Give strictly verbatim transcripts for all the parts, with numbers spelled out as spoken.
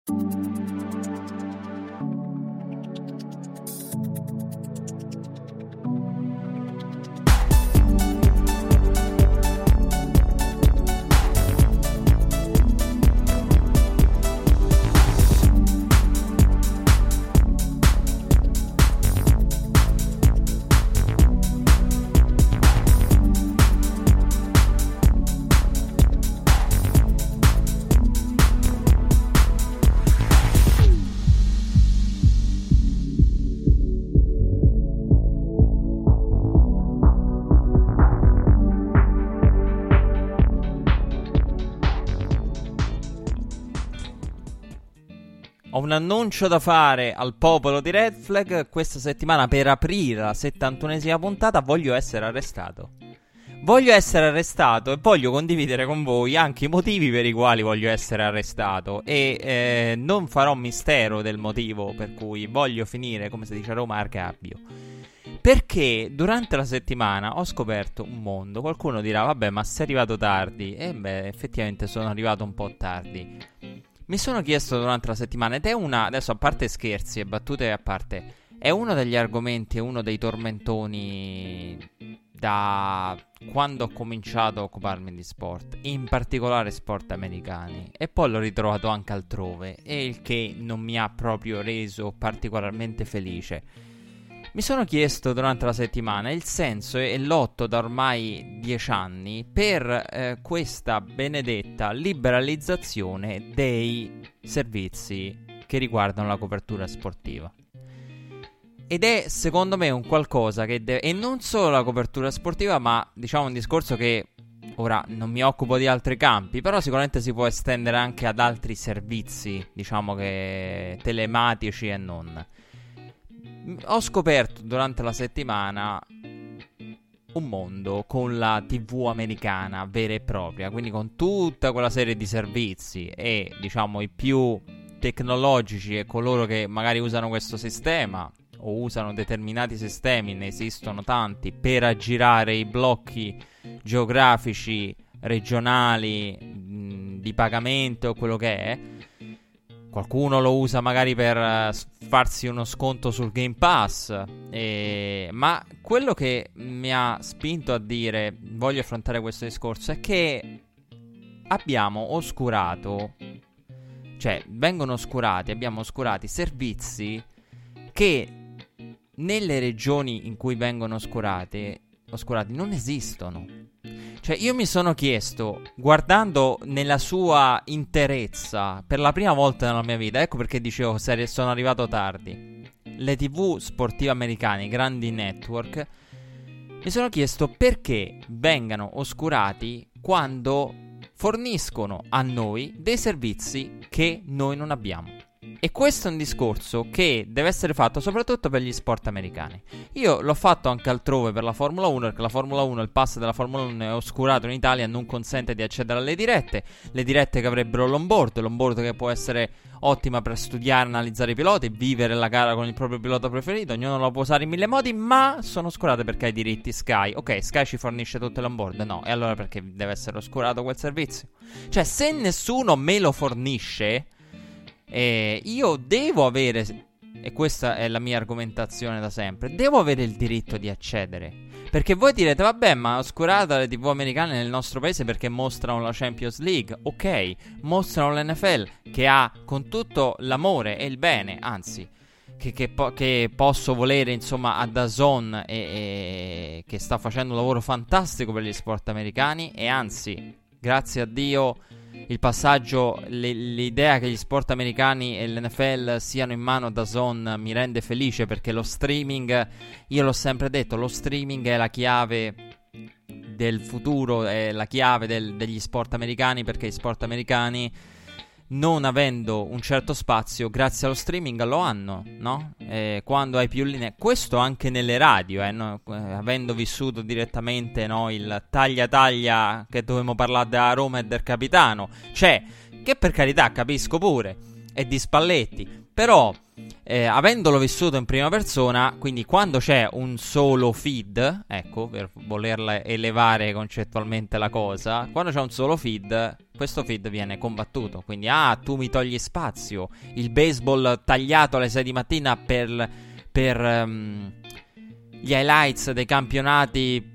Ho un annuncio da fare al popolo di Red Flag. Questa settimana, per aprire la settantunesima puntata, voglio essere arrestato. Voglio essere arrestato e voglio condividere con voi anche i motivi per i quali voglio essere arrestato. E eh, non farò mistero del motivo per cui voglio finire, come si dice a Roma, arcabio. Perché durante la settimana ho scoperto un mondo. Qualcuno dirà, vabbè, ma sei arrivato tardi. E beh, effettivamente sono arrivato un po' tardi. Mi sono chiesto durante la settimana, ed è una, adesso a parte scherzi e battute a parte, è uno degli argomenti, uno dei tormentoni da quando ho cominciato a occuparmi di sport, in particolare sport americani, e poi l'ho ritrovato anche altrove, e il che non mi ha proprio reso particolarmente felice. Mi sono chiesto durante la settimana il senso e lotto da ormai dieci anni per eh, questa benedetta liberalizzazione dei servizi che riguardano la copertura sportiva. Ed è secondo me un qualcosa che deve... E non solo la copertura sportiva, ma diciamo un discorso che ora non mi occupo di altri campi, però sicuramente si può estendere anche ad altri servizi, diciamo che telematici e non. Ho scoperto durante la settimana un mondo con la tivù americana vera e propria, quindi con tutta quella serie di servizi e diciamo i più tecnologici e coloro che magari usano questo sistema o usano determinati sistemi, ne esistono tanti, per aggirare i blocchi geografici, regionali, mh, di pagamento o quello che è. Qualcuno lo usa magari per uh, farsi uno sconto sul Game Pass, e... ma quello che mi ha spinto a dire voglio affrontare questo discorso è che abbiamo oscurato, cioè vengono oscurati, abbiamo oscurati servizi che nelle regioni in cui vengono oscurati, oscurati non esistono. Cioè io mi sono chiesto, guardando nella sua interezza per la prima volta nella mia vita, ecco perché dicevo sono arrivato tardi, le tivù sportive americane, i grandi network, mi sono chiesto perché vengano oscurati quando forniscono a noi dei servizi che noi non abbiamo. E questo è un discorso che deve essere fatto soprattutto per gli sport americani. Io l'ho fatto anche altrove per la Formula uno, perché la Formula uno, il pass della Formula uno è oscurato in Italia, non consente di accedere alle dirette. Le dirette che avrebbero l'onboard, l'onboard che può essere ottima per studiare, analizzare i piloti, vivere la gara con il proprio pilota preferito. Ognuno lo può usare in mille modi, ma sono oscurate perché hai diritti Sky. Ok, Sky ci fornisce tutto l'onboard? No, e allora perché deve essere oscurato quel servizio? Cioè, se nessuno me lo fornisce... Eh, io devo avere, e questa è la mia argomentazione da sempre, devo avere il diritto di accedere. Perché voi direte, vabbè, ma oscurata le tivù americane nel nostro paese perché mostrano la Champions League. Ok, mostrano l'N F L, che ha con tutto l'amore e il bene, anzi, che, che, po- che posso volere, insomma, a D A Z N, e, e che sta facendo un lavoro fantastico per gli sport americani. E anzi, grazie a Dio, il passaggio, le, l'idea che gli sport americani e l'N F L siano in mano a D A Z N mi rende felice, perché lo streaming, io l'ho sempre detto, lo streaming è la chiave del futuro, è la chiave del, degli sport americani, perché gli sport americani, non avendo un certo spazio, grazie allo streaming lo hanno, no? Eh, quando hai più linee, questo anche nelle radio, eh, no? eh, avendo vissuto direttamente, no, il taglia taglia che dovevamo parlare da Roma e del capitano, cioè, che per carità capisco pure, e di Spalletti, però eh, avendolo vissuto in prima persona, quindi quando c'è un solo feed, ecco, per volerla elevare concettualmente la cosa, quando c'è un solo feed, questo feed viene combattuto. Quindi, ah, tu mi togli spazio, il baseball tagliato alle sei di mattina per, per um, gli highlights dei campionati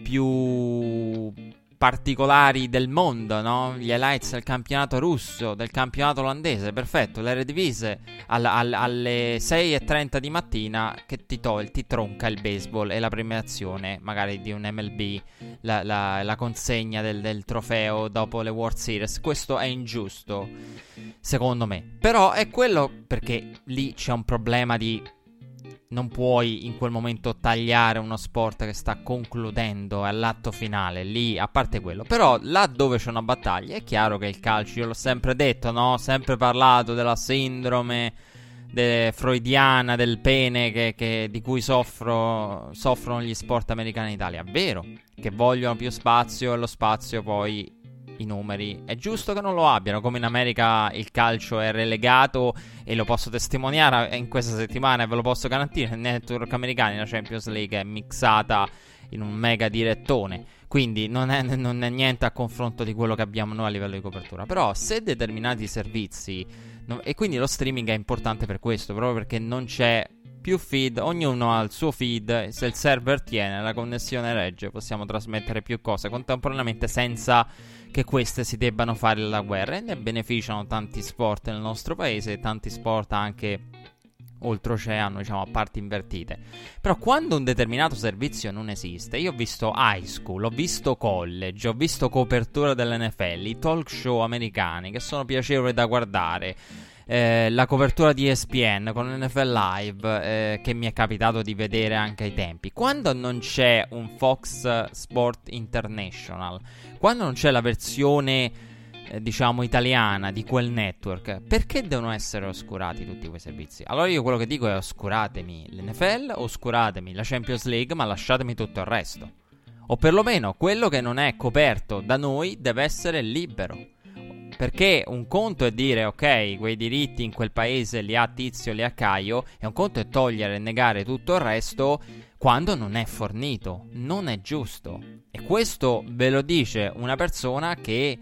più particolari del mondo, no? Gli highlights del campionato russo, del campionato olandese, perfetto. L'Eredivisie all, all, alle sei e trenta di mattina che ti toglie, ti tronca il baseball e la premiazione magari di un M L B, la, la, la consegna del, del trofeo dopo le World Series. Questo è ingiusto, secondo me. Però è quello perché lì c'è un problema di... non puoi in quel momento tagliare uno sport che sta concludendo all'atto finale. Lì, a parte quello, però là dove c'è una battaglia è chiaro che il calcio, io l'ho sempre detto, no? Ho sempre parlato della sindrome de- freudiana del pene che, che, di cui soffro, soffrono gli sport americani in Italia. Vero che vogliono più spazio e lo spazio poi... i numeri è giusto che non lo abbiano, come in America il calcio è relegato, e lo posso testimoniare in questa settimana e ve lo posso garantire, nel network americano la Champions League è mixata in un mega direttone, quindi non è, non è niente a confronto di quello che abbiamo noi a livello di copertura. Però se determinati servizi no, e quindi lo streaming è importante per questo, proprio perché non c'è più feed, ognuno ha il suo feed, se il server tiene, la connessione regge, possiamo trasmettere più cose contemporaneamente senza che queste si debbano fare la guerra, e ne beneficiano tanti sport nel nostro paese, tanti sport anche oltreoceano, diciamo a parti invertite. Però quando un determinato servizio non esiste, io ho visto high school, ho visto college, ho visto copertura dell'N F L, i talk show americani che sono piacevoli da guardare, Eh, la copertura di E S P N con N F L Live, eh, che mi è capitato di vedere anche ai tempi. Quando non c'è un Fox Sport International, quando non c'è la versione eh, diciamo italiana di quel network, perché devono essere oscurati tutti quei servizi? Allora io quello che dico è: oscuratemi l'N F L, oscuratemi la Champions League, ma lasciatemi tutto il resto, o perlomeno quello che non è coperto da noi deve essere libero. Perché un conto è dire ok, quei diritti in quel paese li ha Tizio, li ha Caio, e un conto è togliere e negare tutto il resto quando non è fornito. Non è giusto. E questo ve lo dice una persona che,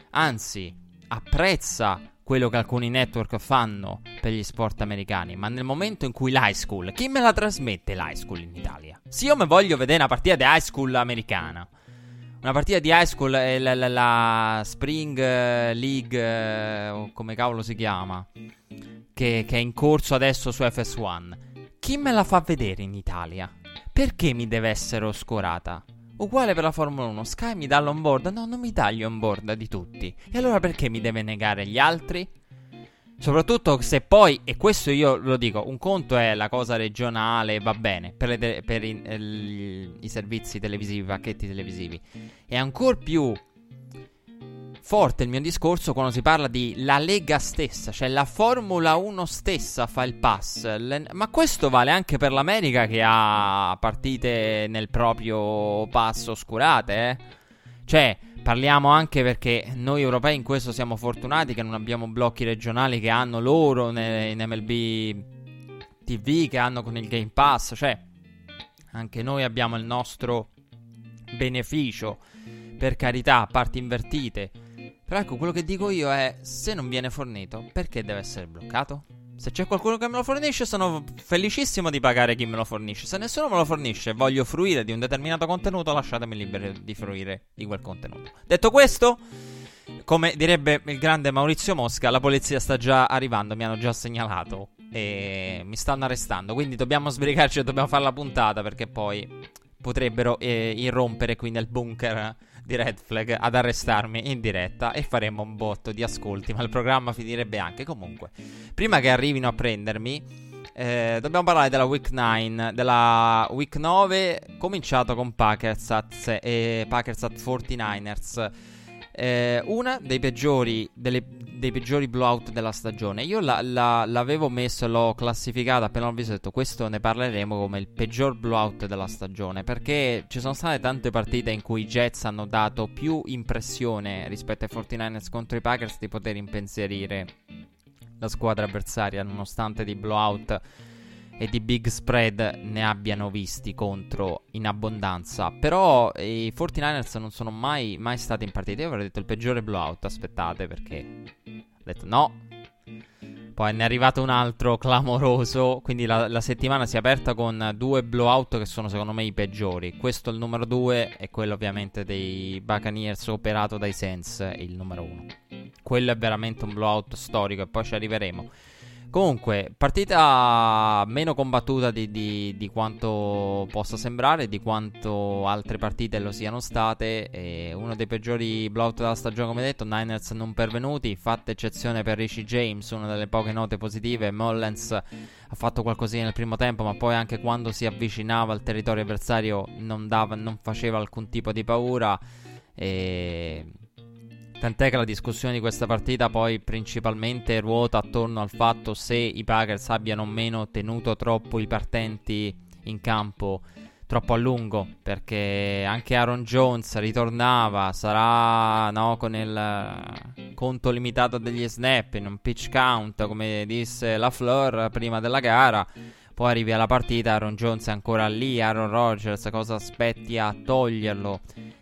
anzi, apprezza quello che alcuni network fanno per gli sport americani, ma nel momento in cui l'high school, chi me la trasmette l'high school in Italia? Se io mi voglio vedere una partita di high school americana, una partita di high school, eh, la, la, la Spring League, eh, o come cavolo si chiama, che, che è in corso adesso su F S uno, chi me la fa vedere in Italia? Perché mi deve essere oscurata? Uguale per la Formula uno, Sky mi dà l'onboard, no, non mi dà gli onboard di tutti. E allora perché mi deve negare gli altri? Soprattutto se poi, e questo io lo dico, un conto è la cosa regionale, va bene, per, le te- per i, il, i servizi televisivi, i pacchetti televisivi. È ancora più forte il mio discorso quando si parla di la Lega stessa, cioè la Formula uno stessa fa il pass. Le, ma questo vale anche per l'America, che ha partite nel proprio pass oscurate, eh? Cioè... parliamo anche perché noi europei in questo siamo fortunati, che non abbiamo blocchi regionali che hanno loro in M L B T V, che hanno con il Game Pass. Cioè anche noi abbiamo il nostro beneficio, per carità, a parti invertite. Però ecco, quello che dico io è: se non viene fornito, perché deve essere bloccato? Se c'è qualcuno che me lo fornisce, sono felicissimo di pagare chi me lo fornisce. Se nessuno me lo fornisce e voglio fruire di un determinato contenuto, lasciatemi libero di fruire di quel contenuto. Detto questo, come direbbe il grande Maurizio Mosca, la polizia sta già arrivando, mi hanno già segnalato e mi stanno arrestando. Quindi dobbiamo sbrigarci e dobbiamo fare la puntata, perché poi potrebbero eh, irrompere qui nel bunker di Red Flag ad arrestarmi in diretta e faremo un botto di ascolti, ma il programma finirebbe anche. Comunque, prima che arrivino a prendermi, eh, dobbiamo parlare della Week nove, della Week nove, cominciato con Packers at, eh, Packers at quarantanovers, eh, una dei peggiori delle, dei peggiori blowout della stagione. Io la, la, l'avevo messo, l'ho classificata, appena l'ho visto ho detto questo ne parleremo come il peggior blowout della stagione, perché ci sono state tante partite in cui i Jets hanno dato più impressione rispetto ai quarantanovers contro i Packers di poter impensierire la squadra avversaria, nonostante di blowout e di big spread ne abbiano visti contro in abbondanza. Però i quarantanovers non sono mai, mai stati in partita. Io avrei detto il peggiore blowout, aspettate, perché ho detto no. Poi ne è arrivato un altro clamoroso, quindi la, la settimana si è aperta con due blowout che sono secondo me i peggiori. Questo è il numero due e quello ovviamente dei Buccaneers operato dai Saints è il numero uno. Quello è veramente un blowout storico e poi ci arriveremo. Comunque, partita meno combattuta di, di, di quanto possa sembrare, di quanto altre partite lo siano state. E uno dei peggiori blowout della stagione, come detto, Niners non pervenuti, fatta eccezione per Richie James, una delle poche note positive. Mullens ha fatto qualcosina nel primo tempo, ma poi anche quando si avvicinava al territorio avversario non, dava, non faceva alcun tipo di paura. E... tant'è che la discussione di questa partita poi principalmente ruota attorno al fatto se i Packers abbiano o meno tenuto troppo i partenti in campo troppo a lungo, perché anche Aaron Jones ritornava, sarà no, con il conto limitato degli snap, in un pitch count come disse LaFleur prima della gara. Poi arrivi alla partita, Aaron Jones è ancora lì, Aaron Rodgers cosa aspetti a toglierlo?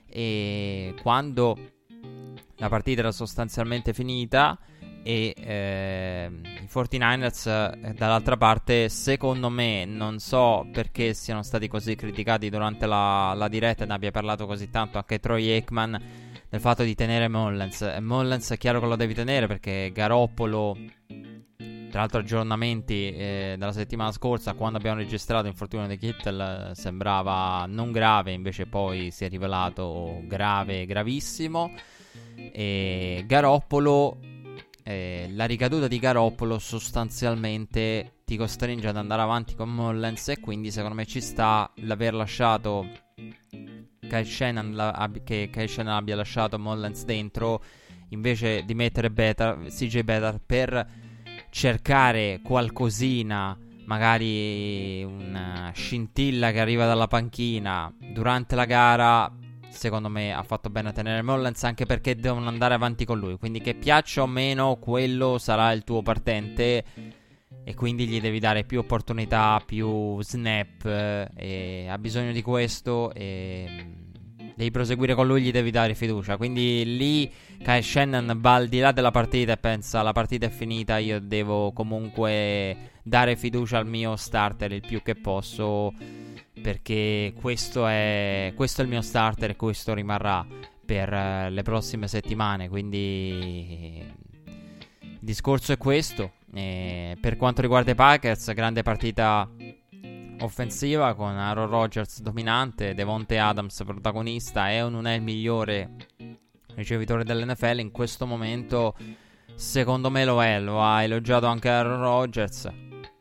E quando la partita era sostanzialmente finita e eh, i quarantanovers eh, dall'altra parte, secondo me, non so perché siano stati così criticati durante la, la diretta e ne abbia parlato così tanto anche Troy Aikman, del fatto di tenere Mullens. E Mullens è chiaro che lo devi tenere perché Garoppolo, tra l'altro aggiornamenti eh, dalla settimana scorsa, quando abbiamo registrato l'infortunio di Kittel sembrava non grave, invece poi si è rivelato grave, gravissimo. E Garoppolo, eh, la ricaduta di Garoppolo sostanzialmente ti costringe ad andare avanti con Mullens, e quindi secondo me ci sta l'aver lasciato Kyle Shanahan, la, ab- che Kyle Shanahan abbia lasciato Mullens dentro invece di mettere Betar, C J Beathard, per cercare qualcosina, magari una scintilla che arriva dalla panchina durante la gara. Secondo me ha fatto bene a tenere Mullens, anche perché devono andare avanti con lui, quindi che piaccia o meno quello sarà il tuo partente e quindi gli devi dare più opportunità, più snap, eh, e ha bisogno di questo e devi proseguire con lui, gli devi dare fiducia. Quindi lì Kyle Shanahan va al di là della partita e pensa la partita è finita, io devo comunque dare fiducia al mio starter il più che posso, perché questo è, questo è il mio starter e questo rimarrà per uh, le prossime settimane. Quindi il discorso è questo. E per quanto riguarda i Packers, grande partita offensiva con Aaron Rodgers dominante, Devontae Adams protagonista. È o non è il migliore ricevitore dell'N F L in questo momento? Secondo me lo è, lo ha elogiato anche Aaron Rodgers.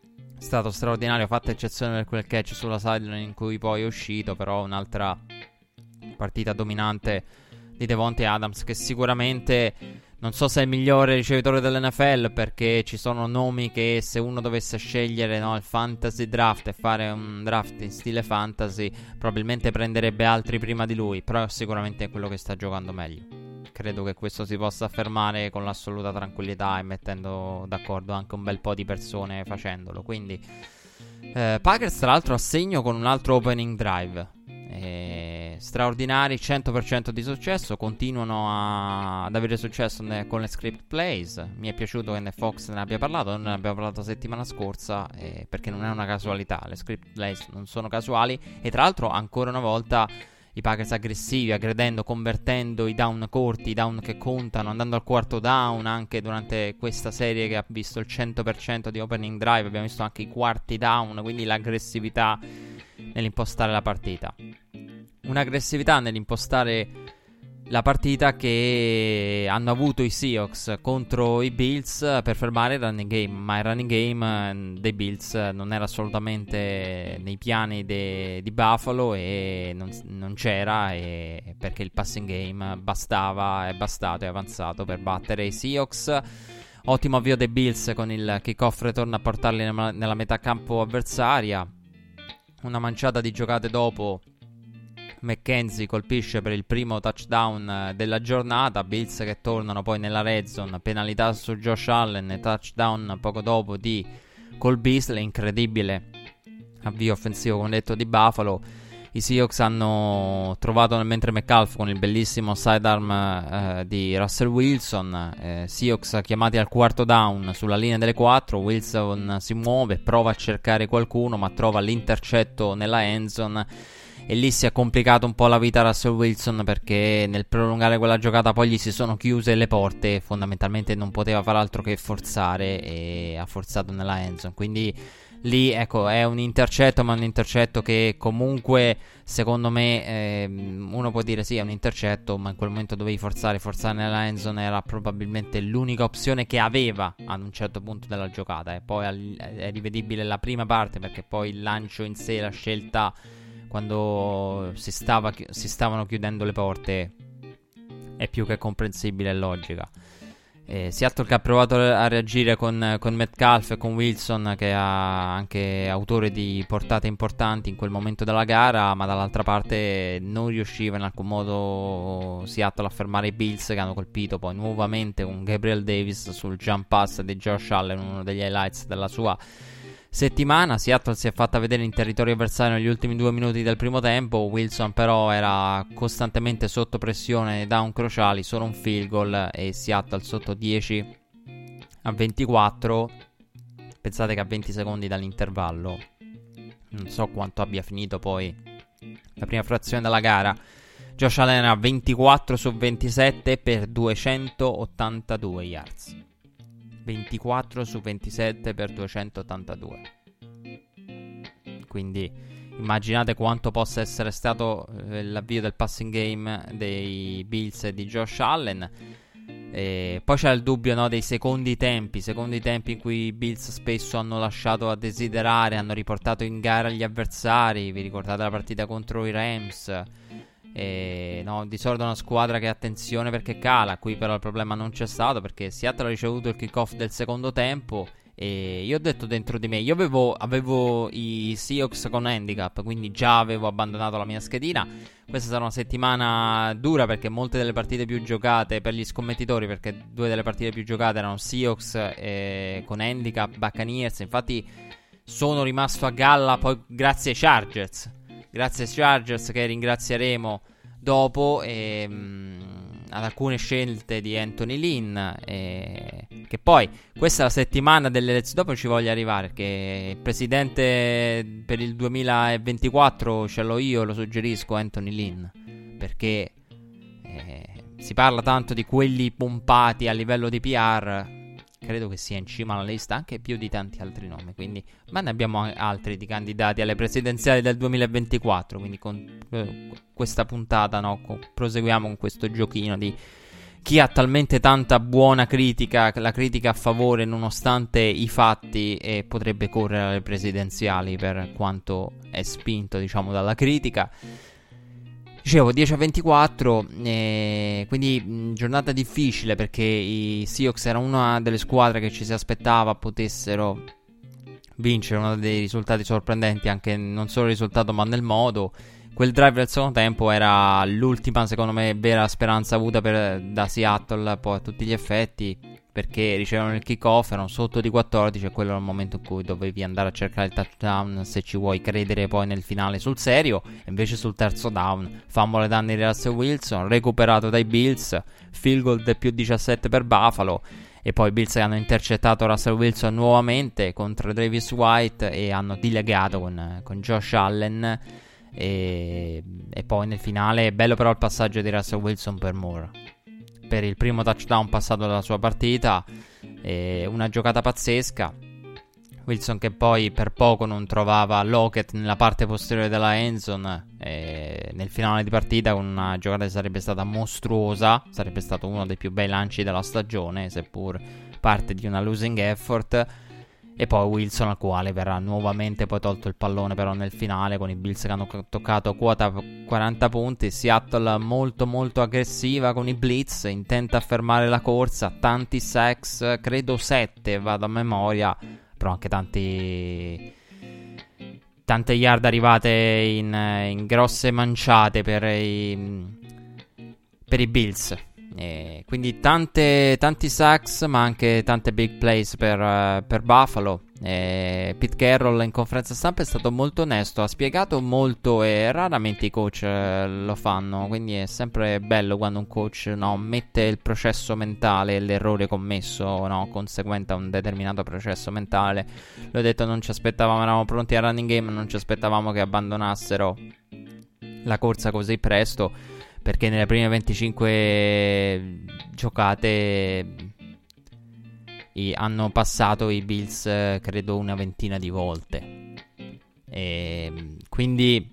È stato straordinario, fatta eccezione per quel catch sulla sideline in cui poi è uscito, però un'altra partita dominante di Devontae Adams, che sicuramente non so se è il migliore ricevitore dell'N F L, perché ci sono nomi che se uno dovesse scegliere, no, il fantasy draft e fare un draft in stile fantasy probabilmente prenderebbe altri prima di lui, però sicuramente è quello che sta giocando meglio. Credo che questo si possa affermare con l'assoluta tranquillità e mettendo d'accordo anche un bel po' di persone facendolo. Quindi eh, Packers tra l'altro a segno con un altro opening drive, eh, straordinari, cento per cento di successo. Continuano a, ad avere successo ne, con le script plays. Mi è piaciuto che ne Fox ne abbia parlato, non ne abbiamo parlato la settimana scorsa, eh, perché non è una casualità, le script plays non sono casuali. E tra l'altro ancora una volta i Packers aggressivi, aggredendo, convertendo i down corti, i down che contano, andando al quarto down anche durante questa serie che ha visto il cento per cento di opening drive. Abbiamo visto anche i quarti down, quindi l'aggressività nell'impostare la partita. Un'aggressività nell'impostare la partita che hanno avuto i Seahawks contro i Bills per fermare il running game, ma il running game dei Bills non era assolutamente nei piani de, di Buffalo e non, non c'era, e perché il passing game bastava, è bastato, è avanzato per battere i Seahawks. Ottimo avvio dei Bills con il kickoff return a portarli nella, nella metà campo avversaria. Una manciata di giocate dopo McKenzie colpisce per il primo touchdown della giornata. Bills che tornano poi nella red zone, penalità su Josh Allen e touchdown poco dopo di Cole Beasley. Incredibile avvio offensivo, come detto, di Buffalo. I Seahawks hanno trovato, mentre Metcalf con il bellissimo sidearm eh, di Russell Wilson, eh, Seahawks chiamati al quarto down sulla linea delle quattro. Wilson si muove, prova a cercare qualcuno, ma trova l'intercetto nella endzone, e lì si è complicato un po' la vita a Russell Wilson, perché nel prolungare quella giocata poi gli si sono chiuse le porte e fondamentalmente non poteva far altro che forzare, e ha forzato nella endzone. Quindi lì, ecco, è un intercetto, ma un intercetto che comunque, secondo me, eh, uno può dire sì, è un intercetto, ma in quel momento dovevi forzare, forzare nella endzone era probabilmente l'unica opzione che aveva ad un certo punto della giocata. E poi è rivedibile la prima parte, perché poi il lancio in sé, la scelta, quando si, stava, si stavano chiudendo le porte, è più che comprensibile e logica. Eh, Seattle che ha provato a reagire con, con Metcalf e con Wilson, che ha anche autore di portate importanti in quel momento della gara, ma dall'altra parte non riusciva in alcun modo Seattle a fermare i Bills, che hanno colpito poi nuovamente con Gabriel Davis sul jump pass di Josh Allen, uno degli highlights della sua settimana. Seattle si è fatta vedere in territorio avversario negli ultimi due minuti del primo tempo. Wilson però era costantemente sotto pressione, down cruciali, solo un field goal e Seattle sotto dieci a ventiquattro. Pensate che a venti secondi dall'intervallo, non so quanto abbia finito poi la prima frazione della gara, Josh Allen era ventiquattro su ventisette per duecentottantadue yards. ventiquattro su ventisette per duecentottantadue. Quindi immaginate quanto possa essere stato eh, l'avvio del passing game dei Bills e di Josh Allen. E poi c'è il dubbio, no, dei secondi tempi, secondi tempi in cui i Bills spesso hanno lasciato a desiderare, hanno riportato in gara gli avversari. Vi ricordate la partita contro i Rams? E, no, di solito è una squadra che, attenzione, perché cala. Qui però il problema non c'è stato, perché Seattle ha ricevuto il kickoff del secondo tempo e io ho detto dentro di me, io avevo, avevo i Seahawks con handicap, quindi già avevo abbandonato la mia schedina. Questa sarà una settimana dura, perché molte delle partite più giocate per gli scommettitori, perché due delle partite più giocate erano Seahawks eh, con handicap, Buccaneers. Infatti sono rimasto a galla poi grazie ai Chargers, grazie ai Chargers che ringrazieremo dopo, e, mh, ad alcune scelte di Anthony Lynn, e, che poi questa è la settimana delle elezioni. Dopo ci voglio arrivare, perché il presidente per il duemilaventiquattro ce l'ho io, lo suggerisco, Anthony Lynn, perché eh, si parla tanto di quelli pompati a livello di P R. Credo che sia in cima alla lista, anche più di tanti altri nomi, quindi, ma ne abbiamo altri di candidati alle presidenziali del duemilaventiquattro. Quindi con eh, questa puntata, no, con, proseguiamo con questo giochino di chi ha talmente tanta buona critica, la critica a favore nonostante i fatti, e potrebbe correre alle presidenziali per quanto è spinto, diciamo, dalla critica. Dicevo dieci a ventiquattro, eh, quindi mh, giornata difficile, perché i Seahawks era una delle squadre che ci si aspettava potessero vincere, uno dei risultati sorprendenti, anche non solo il risultato ma nel modo. Quel drive del secondo tempo era l'ultima, secondo me, vera speranza avuta per, da Seattle poi a tutti gli effetti, perché ricevevano il kickoff, erano sotto di quattordici e quello era il momento in cui dovevi andare a cercare il touchdown se ci vuoi credere poi nel finale sul serio. E invece sul terzo down, fumble ai danni di Russell Wilson, recuperato dai Bills, field goal del più diciassette per Buffalo, e poi i Bills hanno intercettato Russell Wilson nuovamente contro Travis White e hanno dilegato con, con Josh Allen. E, e poi nel finale, bello però il passaggio di Russell Wilson per Moore, per il primo touchdown passato dalla sua partita, e una giocata pazzesca. Wilson che poi per poco non trovava Lockett nella parte posteriore della endzone, e nel finale di partita, con una giocata che sarebbe stata mostruosa, sarebbe stato uno dei più bei lanci della stagione, seppur parte di una losing effort. E poi Wilson, al quale verrà nuovamente poi tolto il pallone però nel finale, con i Bills che hanno toccato quota quaranta punti. Seattle molto molto aggressiva con i blitz, intenta a fermare la corsa, tanti sacks, credo sette, vado a memoria, però anche tanti tante yard arrivate in, in grosse manciate per i, per i Bills. E quindi tante, tanti sacks, ma anche tante big plays per, uh, per Buffalo. E Pete Carroll in conferenza stampa è stato molto onesto, ha spiegato molto e raramente i coach uh, lo fanno, quindi è sempre bello quando un coach, no, mette il processo mentale, l'errore commesso, no, conseguente a un determinato processo mentale. L'ho detto, non ci aspettavamo, eravamo pronti al running game, non ci aspettavamo che abbandonassero la corsa così presto, perché nelle prime venticinque giocate i, hanno passato i Bills eh, credo una ventina di volte. E quindi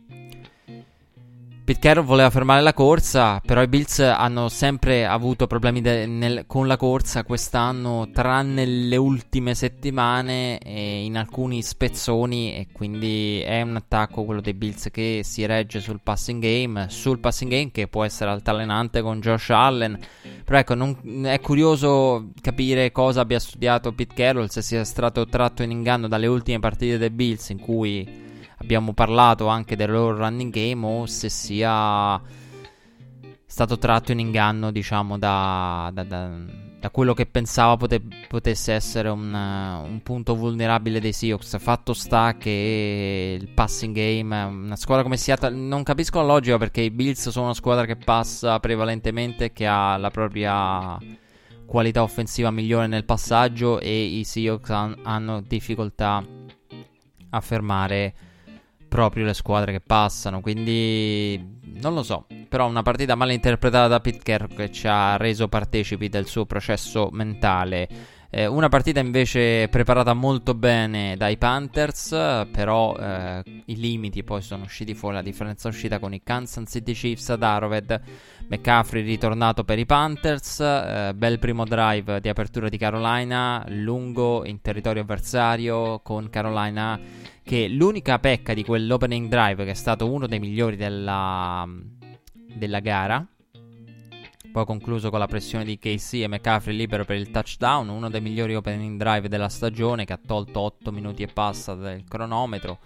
Pete Carroll voleva fermare la corsa, però i Bills hanno sempre avuto problemi de- nel- con la corsa quest'anno, tranne le ultime settimane e in alcuni spezzoni, e quindi è un attacco, quello dei Bills, che si regge sul passing game, sul passing game che può essere altalenante con Josh Allen. Però ecco, non, è curioso capire cosa abbia studiato Pete Carroll, se sia stato tratto in inganno dalle ultime partite dei Bills in cui abbiamo parlato anche del loro running game, o se sia stato tratto in inganno, diciamo, da, da, da, da quello che pensava pote, potesse essere un, un punto vulnerabile dei Seahawks. Fatto sta che il passing game, una squadra come Seattle, non capisco la logica, perché i Bills sono una squadra che passa prevalentemente, che ha la propria qualità offensiva migliore nel passaggio, e i Seahawks han, hanno difficoltà a fermare proprio le squadre che passano. Quindi non lo so, però una partita mal interpretata da Pete Carroll, che ci ha reso partecipi del suo processo mentale. Eh, una partita invece preparata molto bene dai Panthers, però eh, i limiti poi sono usciti fuori, la differenza uscita con i Kansas City Chiefs ad Arrowhead. McCaffrey ritornato per i Panthers, eh, bel primo drive di apertura di Carolina, lungo in territorio avversario, con Carolina che l'unica pecca di quell'opening drive, che è stato uno dei migliori della, della gara, poi concluso con la pressione di K C e McCaffrey libero per il touchdown, uno dei migliori opening drive della stagione, che ha tolto otto minuti e passa del cronometro,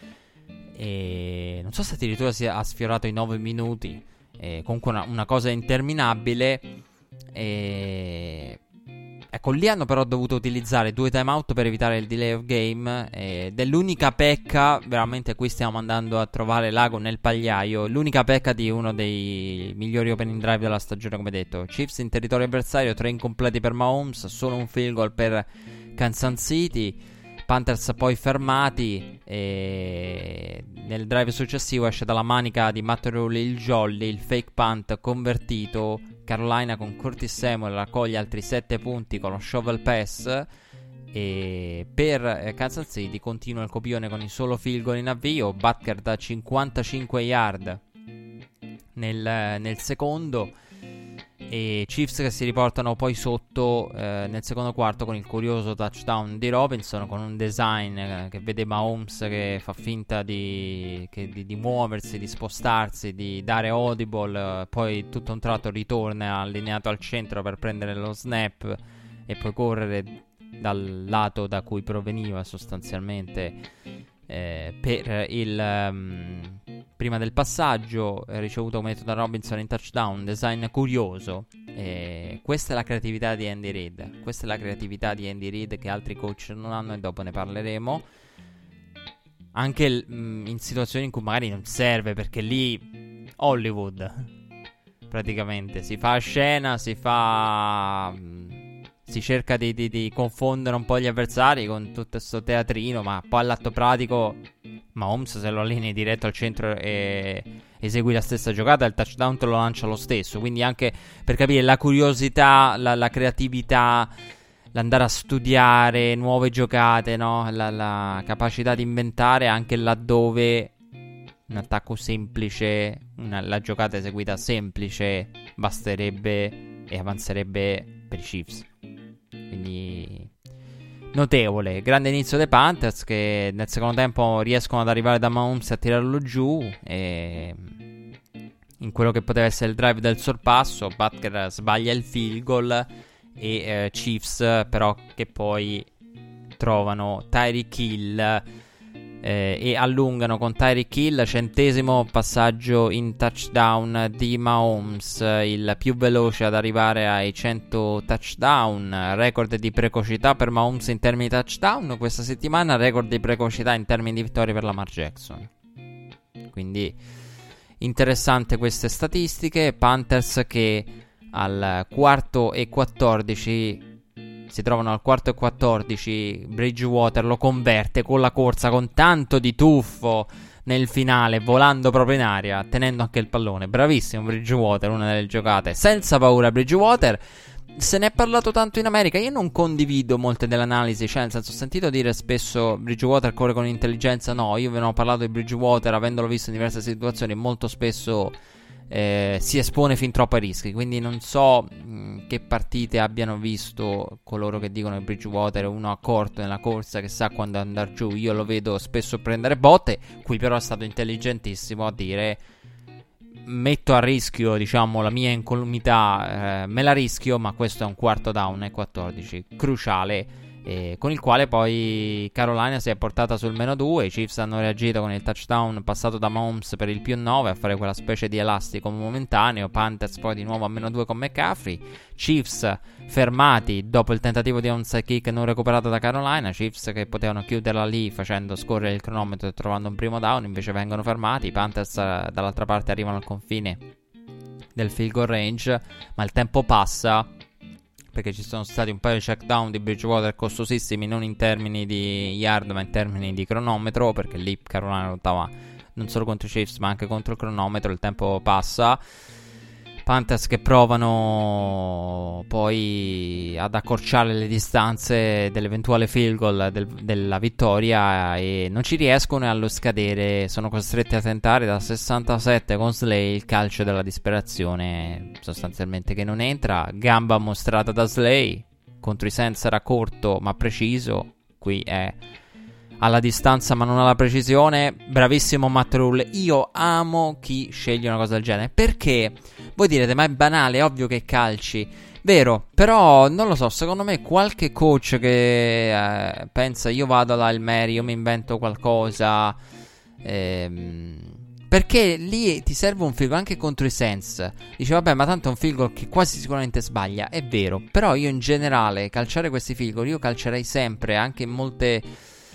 e non so se addirittura si ha sfiorato i nove minuti, e comunque una, una cosa interminabile. E ecco, lì hanno però dovuto utilizzare due timeout per evitare il delay of game, ed è l'unica pecca, veramente qui stiamo andando a trovare l'ago nel pagliaio, l'unica pecca di uno dei migliori opening drive della stagione, come detto. Chiefs in territorio avversario, tre incompleti per Mahomes, solo un field goal per Kansas City. Panthers poi fermati, e nel drive successivo esce dalla manica di Matt Rule il jolly, il fake punt convertito. Carolina con Curtis Samuel raccoglie altri sette punti con lo shovel pass, e per eh, Kansas City continua il copione con il solo field goal in avvio. Butker da cinquantacinque yard nel, nel secondo, e Chiefs che si riportano poi sotto eh, nel secondo quarto con il curioso touchdown di Robinson, con un design eh, che vede Mahomes che fa finta di, che, di, di muoversi, di spostarsi, di dare audible, eh, poi tutto un tratto ritorna allineato al centro per prendere lo snap e poi correre dal lato da cui proveniva sostanzialmente eh, per il um, prima del passaggio, eh, ricevuto come detto da Robinson in touchdown. Design curioso, eh, questa è la creatività di Andy Reid, questa è la creatività di Andy Reid che altri coach non hanno, e dopo ne parleremo. Anche l- mh, in situazioni in cui magari non serve, perché lì Hollywood praticamente si fa scena, si fa mh, si cerca di, di, di confondere un po' gli avversari con tutto questo teatrino, ma poi all'atto pratico Mahomes se lo allinei diretto al centro e esegui la stessa giocata, il touchdown te lo lancia lo stesso. Quindi anche per capire la curiosità, la, la creatività, l'andare a studiare nuove giocate, no? la, la capacità di inventare anche laddove un attacco semplice, una, la giocata eseguita semplice basterebbe e avanzerebbe per i Chiefs. Quindi notevole, grande inizio dei Panthers, che nel secondo tempo riescono ad arrivare da Mahomes a tirarlo giù, e in quello che poteva essere il drive del sorpasso Butker sbaglia il field goal, e eh, Chiefs però che poi trovano Tyreek Hill eh, e allungano con Tyreek Hill. Centesimo passaggio in touchdown di Mahomes, il più veloce ad arrivare ai cento touchdown, record di precocità per Mahomes in termini di touchdown questa settimana, record di precocità in termini di vittorie per Lamar Jackson. Quindi interessante queste statistiche. Panthers che al quarto e quattordici si trovano al quarto e quattordici, Bridgewater lo converte con la corsa, con tanto di tuffo nel finale, volando proprio in aria, tenendo anche il pallone. Bravissimo Bridgewater, una delle giocate, senza paura Bridgewater. Se ne è parlato tanto in America, io non condivido molte delle analisi, cioè nel senso, ho sentito dire spesso Bridgewater corre con intelligenza. No, io ve ne ho parlato di Bridgewater avendolo visto in diverse situazioni, molto spesso eh, si espone fin troppo ai rischi, quindi non so mh, che partite abbiano visto coloro che dicono che Bridgewater è uno accorto nella corsa, che sa quando andare giù. Io lo vedo spesso prendere botte, qui però è stato intelligentissimo a dire: metto a rischio, diciamo, la mia incolumità, eh, me la rischio, ma questo è un quarto down e quattordici cruciale, eh, con il quale poi Carolina si è portata sul meno due. I Chiefs hanno reagito con il touchdown passato da Mahomes per il più nove a fare quella specie di elastico momentaneo. Panthers poi di nuovo a meno due con McCaffrey. Chiefs fermati dopo il tentativo di onside kick non recuperato da Carolina. Chiefs che potevano chiuderla lì facendo scorrere il cronometro e trovando un primo down, invece vengono fermati. I Panthers eh, dall'altra parte arrivano al confine del field goal range, ma il tempo passa perché ci sono stati un paio di check down di Bridgewater costosissimi, non in termini di yard ma in termini di cronometro, perché lì Carolina lottava non solo contro i Chiefs ma anche contro il cronometro. Il tempo passa, Panthers che provano poi ad accorciare le distanze dell'eventuale field goal del, della vittoria e non ci riescono, e allo scadere sono costretti a tentare da sessantasette con Slay il calcio della disperazione, sostanzialmente, che non entra. Gamba mostrata da Slay contro i Saints era corto ma preciso, qui è alla distanza ma non alla precisione. Bravissimo Matt Rule. Io amo chi sceglie una cosa del genere, perché voi direte ma è banale, è ovvio che calci, vero, però non lo so, secondo me qualche coach che eh, pensa io vado alla Hail Mary, io mi invento qualcosa, ehm, perché lì ti serve un field goal anche contro i Saints. Dice vabbè, ma tanto è un field goal che quasi sicuramente sbaglia, è vero, però io in generale calciare questi field goal io calcerei sempre, anche in molte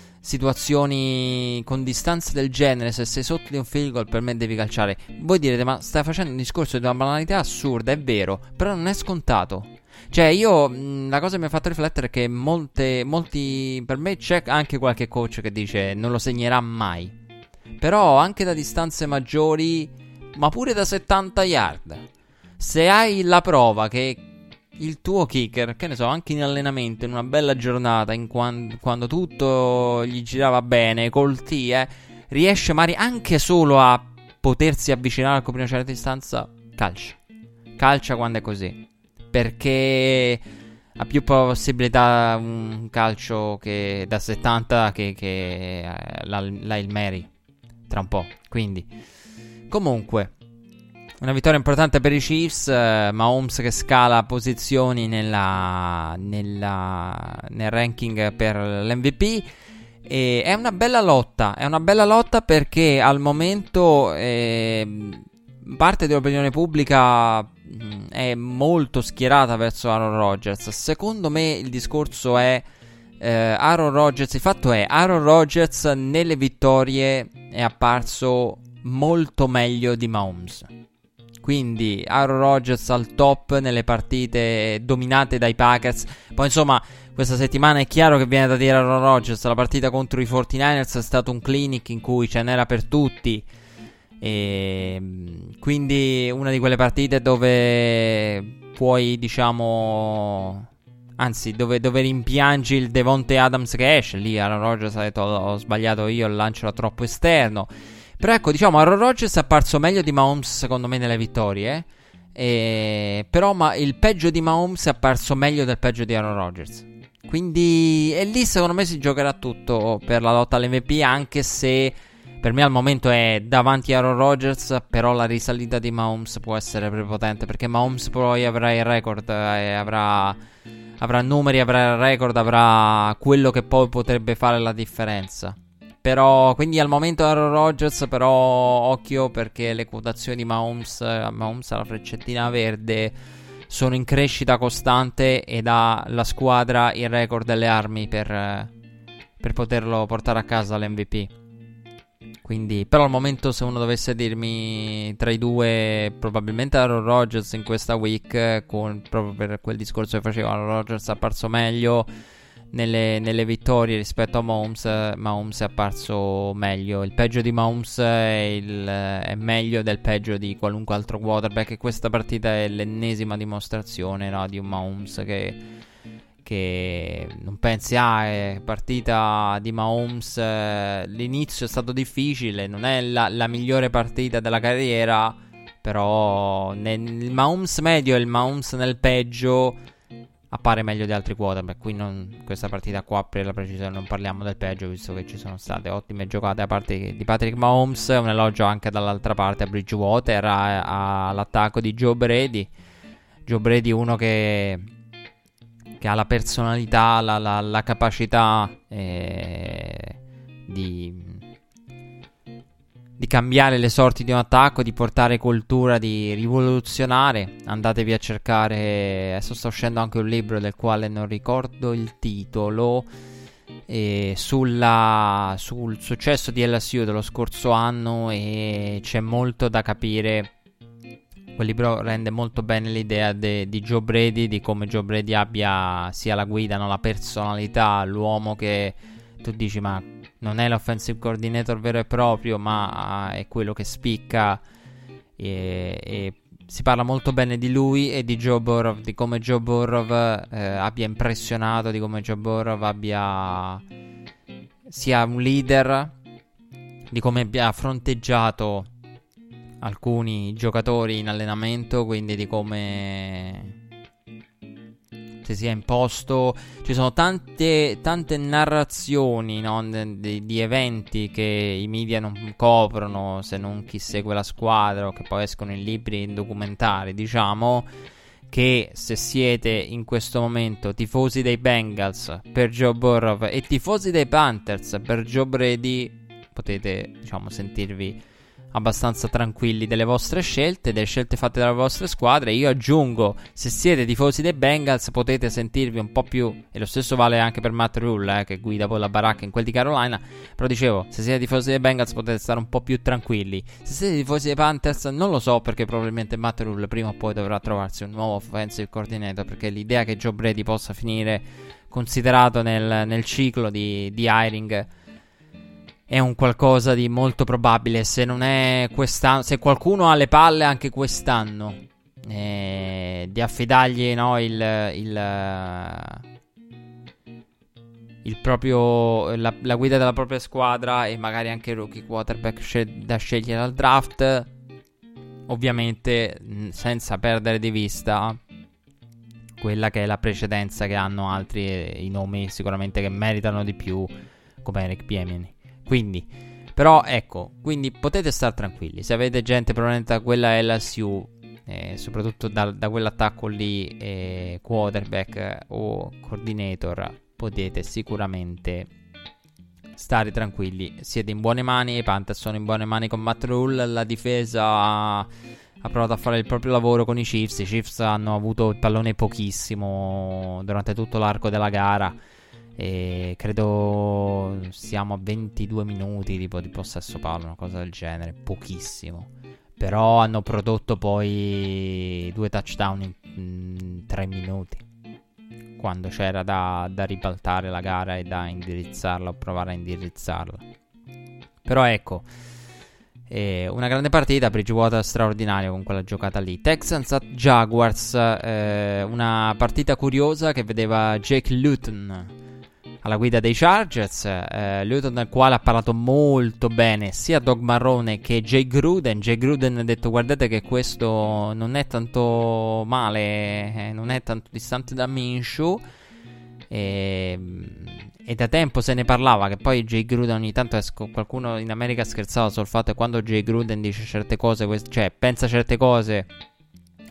situazioni con distanze del genere. Se sei sotto di un field goal per me devi calciare. Voi direte ma stai facendo un discorso di una banalità assurda, è vero, però non è scontato. Cioè io mh, la cosa che mi ha fatto riflettere è che molte, molti, per me c'è anche qualche coach che dice non lo segnerà mai, però anche da distanze maggiori, ma pure da settanta yard, se hai la prova che il tuo kicker, che ne so, anche in allenamento, in una bella giornata, in quando, quando tutto gli girava bene, col T, eh, riesce magari anche solo a potersi avvicinare al coprire una certa distanza, calcia. Calcia quando è così, perché ha più possibilità un calcio che da settanta che, che eh, la, la il Mary tra un po'. Quindi comunque una vittoria importante per i Chiefs. uh, Mahomes che scala posizioni nella, nella, nel ranking per l'M V P. E è una bella lotta. È una bella lotta perché al momento eh, parte dell'opinione pubblica mh, è molto schierata verso Aaron Rodgers. Secondo me il discorso è eh, Aaron Rodgers. Il fatto è Aaron Rodgers nelle vittorie è apparso molto meglio di Mahomes. Quindi Aaron Rodgers al top nelle partite dominate dai Packers. Poi insomma questa settimana è chiaro che viene da dire Aaron Rodgers, la partita contro i quarantanovers è stato un clinic in cui ce n'era per tutti, e quindi una di quelle partite dove puoi, diciamo, anzi dove, dove rimpiangi il Devontae Adams che esce. Lì Aaron Rodgers ha detto ho sbagliato io, il lancio era troppo esterno. Però ecco, diciamo, Aaron Rodgers è apparso meglio di Mahomes secondo me nelle vittorie, eh? E... però ma il peggio di Mahomes è apparso meglio del peggio di Aaron Rodgers. Quindi e lì secondo me si giocherà tutto per la lotta all'M V P, anche se per me al momento è davanti a Aaron Rodgers. Però la risalita di Mahomes può essere prepotente, perché Mahomes poi avrà il record, eh, avrà, avrà numeri, avrà il record, avrà quello che poi potrebbe fare la differenza. Però, quindi al momento Aaron Rodgers, però occhio, perché le quotazioni di Mahomes, Mahomes alla freccettina verde, sono in crescita costante ed ha la squadra il record delle armi per, per poterlo portare a casa l'M V P. Quindi, però al momento, se uno dovesse dirmi tra i due, probabilmente Aaron Rodgers in questa week, con, proprio per quel discorso che faceva, Aaron Rodgers è apparso meglio nelle, nelle vittorie rispetto a Mahomes. Mahomes è apparso meglio. Il peggio di Mahomes è, il, è meglio del peggio di qualunque altro quarterback, e questa partita è l'ennesima dimostrazione, no, di un Mahomes che... che non pensi, ah, è partita di Mahomes, eh, l'inizio è stato difficile, non è la, la migliore partita della carriera, però nel, il Mahomes medio e il Mahomes nel peggio appare meglio di altri quarterback. Qui non, questa partita qua, per la precisione, non parliamo del peggio, visto che ci sono state ottime giocate da parte di Patrick Mahomes. Un elogio anche dall'altra parte a Bridgewater, a, a, all'attacco di Joe Brady. Joe Brady, uno che... che ha la personalità, la, la, la capacità eh, di, di cambiare le sorti di un attacco, di portare cultura, di rivoluzionare. Andatevi a cercare, adesso sta uscendo anche un libro del quale non ricordo il titolo, eh, sulla, sul successo di L S U dello scorso anno, e c'è molto da capire. Quel libro rende molto bene l'idea de, di Joe Brady, di come Joe Brady abbia sia la guida, no, la personalità, l'uomo che tu dici ma non è l'offensive coordinator vero e proprio, ma è quello che spicca, e, e si parla molto bene di lui e di Joe Burrow, di come Joe Burrow eh, abbia impressionato, di come Joe Burrow abbia sia un leader, di come abbia fronteggiato alcuni giocatori in allenamento, quindi di come si sia imposto. Ci sono tante tante narrazioni, no, di, di eventi che i media non coprono, se non chi segue la squadra, o che poi escono in libri, in documentari, diciamo, che se siete in questo momento tifosi dei Bengals per Joe Burrow e tifosi dei Panthers per Joe Brady, potete, diciamo, sentirvi abbastanza tranquilli delle vostre scelte, delle scelte fatte dalle vostre squadre. Io aggiungo, se siete tifosi dei Bengals potete sentirvi un po' più, e lo stesso vale anche per Matt Rule, eh, che guida poi la baracca in quel di Carolina. Però dicevo, se siete tifosi dei Bengals potete stare un po' più tranquilli. Se siete tifosi dei Panthers non lo so, perché probabilmente Matt Rule prima o poi dovrà trovarsi un nuovo offensive coordinator, perché l'idea che Joe Brady possa finire considerato nel, nel ciclo di, di hiring è un qualcosa di molto probabile. Se non è quest'anno, se qualcuno ha le palle anche quest'anno eh, di affidargli, no, il, il, il proprio la, la guida della propria squadra, e magari anche il rookie quarterback scel- da scegliere al draft, ovviamente mh, senza perdere di vista quella che è la precedenza che hanno altri, e i nomi sicuramente che meritano di più, come Eric Bieniemy. Quindi, però ecco, quindi potete stare tranquilli. Se avete gente proveniente da quella L S U, eh, soprattutto da, da quell'attacco lì, eh, quarterback o coordinator, potete sicuramente stare tranquilli. Siete in buone mani, i Panthers sono in buone mani con Matt Rule. La difesa ha, ha provato a fare il proprio lavoro con i Chiefs. I Chiefs hanno avuto il pallone pochissimo durante tutto l'arco della gara, e credo siamo a ventidue minuti tipo di possesso palla, una cosa del genere, pochissimo. Però hanno prodotto poi due touchdown in, in tre minuti, quando c'era da, da ribaltare la gara e da indirizzarla o provare a indirizzarla. Però ecco, eh, una grande partita, Bridgewater straordinario con quella giocata lì. Texans at Jaguars, eh, una partita curiosa che vedeva Jake Luton alla guida dei Chargers, eh, Luton, del quale ha parlato molto bene sia Doug Marrone che Jay Gruden. Jay Gruden ha detto: guardate che questo non è tanto male, eh, non è tanto distante da Minshew, e, e da tempo se ne parlava. Che poi Jay Gruden ogni tanto, esco, qualcuno in America scherzava sul fatto che quando Jay Gruden dice certe cose, quest- cioè pensa certe cose,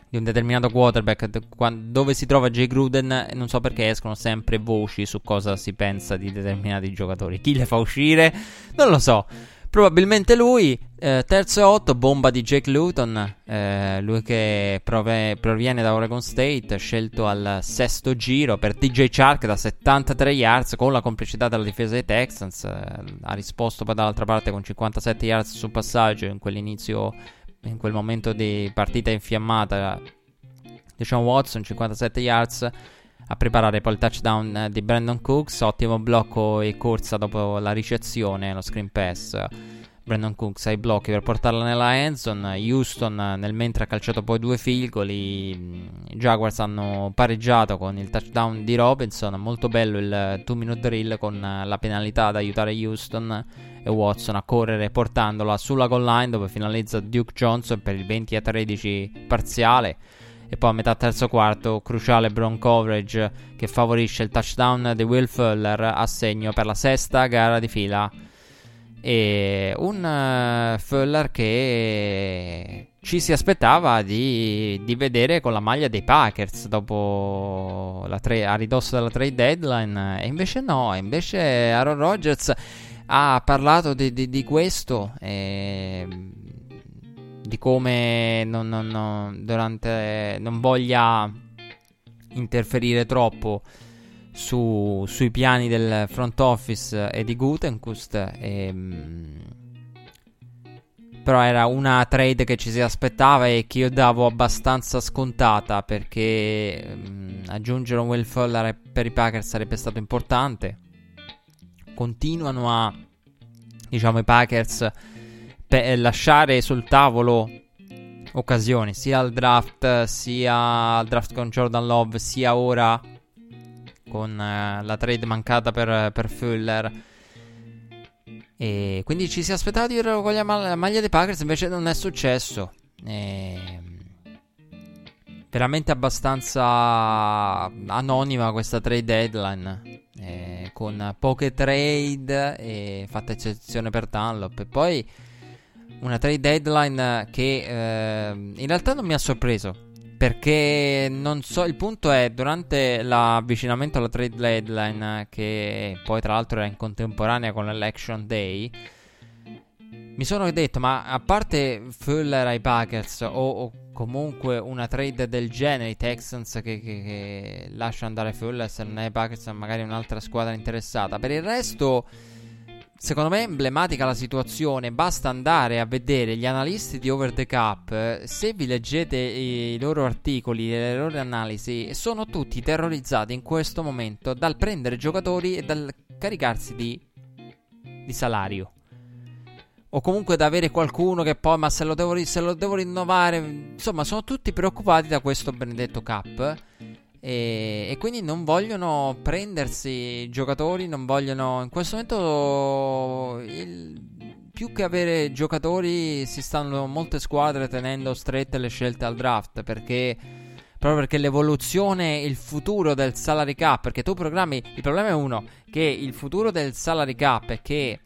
di un determinato quarterback, dove si trova Jay Gruden, non so perché escono sempre voci su cosa si pensa di determinati giocatori. Chi le fa uscire? Non lo so. Probabilmente lui. eh, Terzo e otto, bomba di Jake Luton, eh, lui che prove- proviene da Oregon State, scelto al sesto giro per D J Chark da settantatré yards con la complicità della difesa dei Texans. eh, ha risposto poi dall'altra parte con cinquantasette yards sul passaggio in quell'inizio, in quel momento di partita infiammata. Diciamo Watson, cinquantasette yards a preparare poi il touchdown di Brandon Cooks. Ottimo blocco e corsa dopo la ricezione, lo screen pass. Brandon Cooks ai blocchi per portarla nella endzone. Houston nel mentre ha calciato poi due field goal. I Jaguars hanno pareggiato con il touchdown di Robinson. Molto bello il two minute drill con la penalità ad aiutare Houston e Watson a correre portandola sulla goal line, dove finalizza Duke Johnson per il venti a tredici parziale. E poi a metà terzo quarto, cruciale blown coverage che favorisce il touchdown di Will Fuller, a segno per la sesta gara di fila. E un uh, Fuller che ci si aspettava di, di vedere con la maglia dei Packers dopo la tra- a ridosso della trade deadline. E invece no, invece Aaron Rodgers ha parlato di, di, di questo e di come non, non, non, durante, non voglia interferire troppo su, sui piani del front office e di Gutekunst. E, però era una trade che ci si aspettava e che io davo abbastanza scontata, perché mh, aggiungere un Will Fuller per i Packers sarebbe stato importante. Continuano a, diciamo, i Packers per lasciare sul tavolo occasioni sia al draft, sia al draft con Jordan Love, sia ora con uh, la trade mancata per, per Fuller. E quindi ci si aspettava di vedere con la, ma- la maglia dei Packers, invece non è successo. E veramente abbastanza anonima questa trade deadline, eh, con poche trade e fatta eccezione per Dunlop. E poi una trade deadline che eh, in realtà non mi ha sorpreso, perché non so, il punto è, durante l'avvicinamento alla trade deadline, che poi tra l'altro era in contemporanea con l'election day, mi sono detto, ma a parte Fuller ai Packers o, o comunque una trade del genere, i Texans che, che, che lascia andare Fuller, se non è i Packers magari un'altra squadra interessata, per il resto secondo me è emblematica la situazione. Basta andare a vedere gli analisti di Over the Cap. Se vi leggete i loro articoli, le loro analisi, sono tutti terrorizzati in questo momento dal prendere giocatori e dal caricarsi di, di salario, o comunque da avere qualcuno che poi, ma se lo devo, se lo devo rinnovare. Insomma, sono tutti preoccupati da questo benedetto cap. E, e quindi non vogliono prendersi giocatori, non vogliono. In questo momento, il, più che avere giocatori, si stanno molte squadre tenendo strette le scelte al draft, perché proprio perché l'evoluzione, il futuro del salary cap, perché tu programmi, il problema è uno, che il futuro del salary cap è che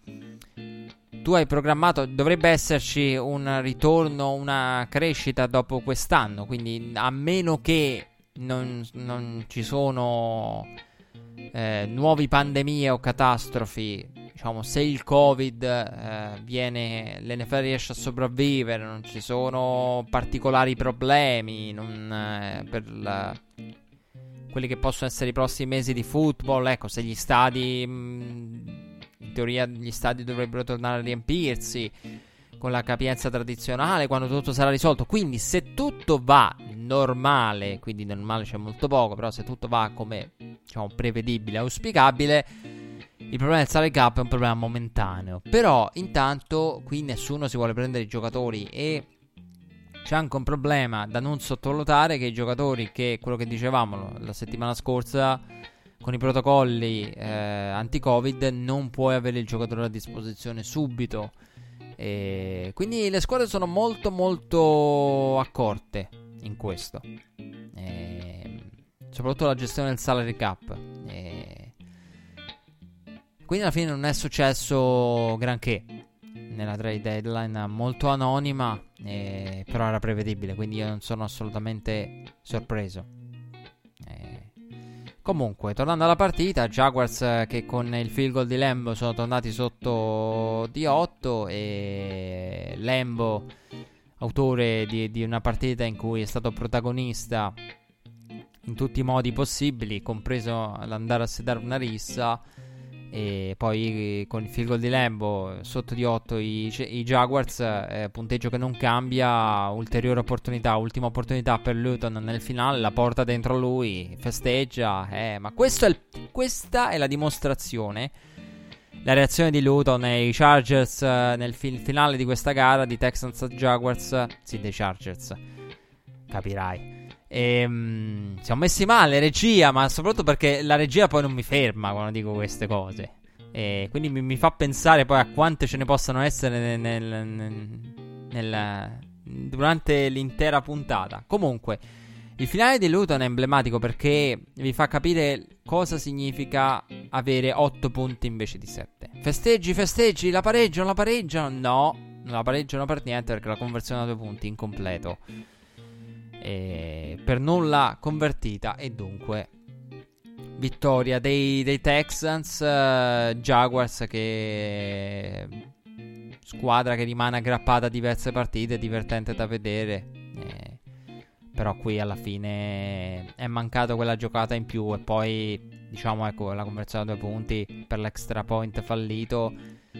tu hai programmato, dovrebbe esserci un ritorno, una crescita dopo quest'anno, quindi a meno che non, non ci sono eh, nuovi pandemie o catastrofi, diciamo, se il Covid eh, viene, l'N F L riesce a sopravvivere, non ci sono particolari problemi, non, eh, per la, quelli che possono essere i prossimi mesi di football, ecco, se gli stadi, mh, in teoria gli stadi dovrebbero tornare a riempirsi con la capienza tradizionale quando tutto sarà risolto. Quindi se tutto va normale, quindi normale c'è molto poco, però se tutto va come, diciamo, prevedibile, auspicabile, il problema del salary cap è un problema momentaneo. Però intanto qui nessuno si vuole prendere i giocatori, e c'è anche un problema da non sottovalutare, che i giocatori, che quello che dicevamo la settimana scorsa, con i protocolli eh, anti-Covid non puoi avere il giocatore a disposizione subito. E quindi le squadre sono molto molto accorte in questo, e soprattutto la gestione del salary cap. E quindi alla fine non è successo granché nella trade deadline, molto anonima, eh, però era prevedibile, quindi io non sono assolutamente sorpreso. Eh, comunque, tornando alla partita, Jaguars eh, che con il field goal di Lambo sono tornati sotto di otto, e Lambo, autore di, di una partita in cui è stato protagonista in tutti i modi possibili, compreso l'andare a sedare una rissa, e poi con il field goal di Lambo sotto di otto i, i Jaguars, eh, punteggio che non cambia, ulteriore opportunità, ultima opportunità per Luton nel finale, la porta dentro lui, festeggia, eh, ma questo è il, questa è la dimostrazione, la reazione di Luton e i Chargers eh, nel fi- finale di questa gara di Texans Jaguars, sì, dei Chargers, capirai. E, um, siamo messi male, regia, ma soprattutto perché la regia poi non mi ferma quando dico queste cose, e quindi mi, mi fa pensare poi a quante ce ne possano essere nel, nel, nel, nel, durante l'intera puntata. Comunque, il finale di Luton è emblematico perché vi fa capire cosa significa avere otto punti invece di sette. Festeggi, festeggi, la pareggiano, la pareggiano. No, non la pareggiano per niente, perché la conversione a due punti incompleto, e per nulla convertita, e dunque vittoria dei, dei Texans. uh, Jaguars, che squadra che rimane aggrappata a diverse partite, divertente da vedere, eh, però qui alla fine è mancato quella giocata in più, e poi diciamo, ecco, la conversione a due punti per l'extra point fallito,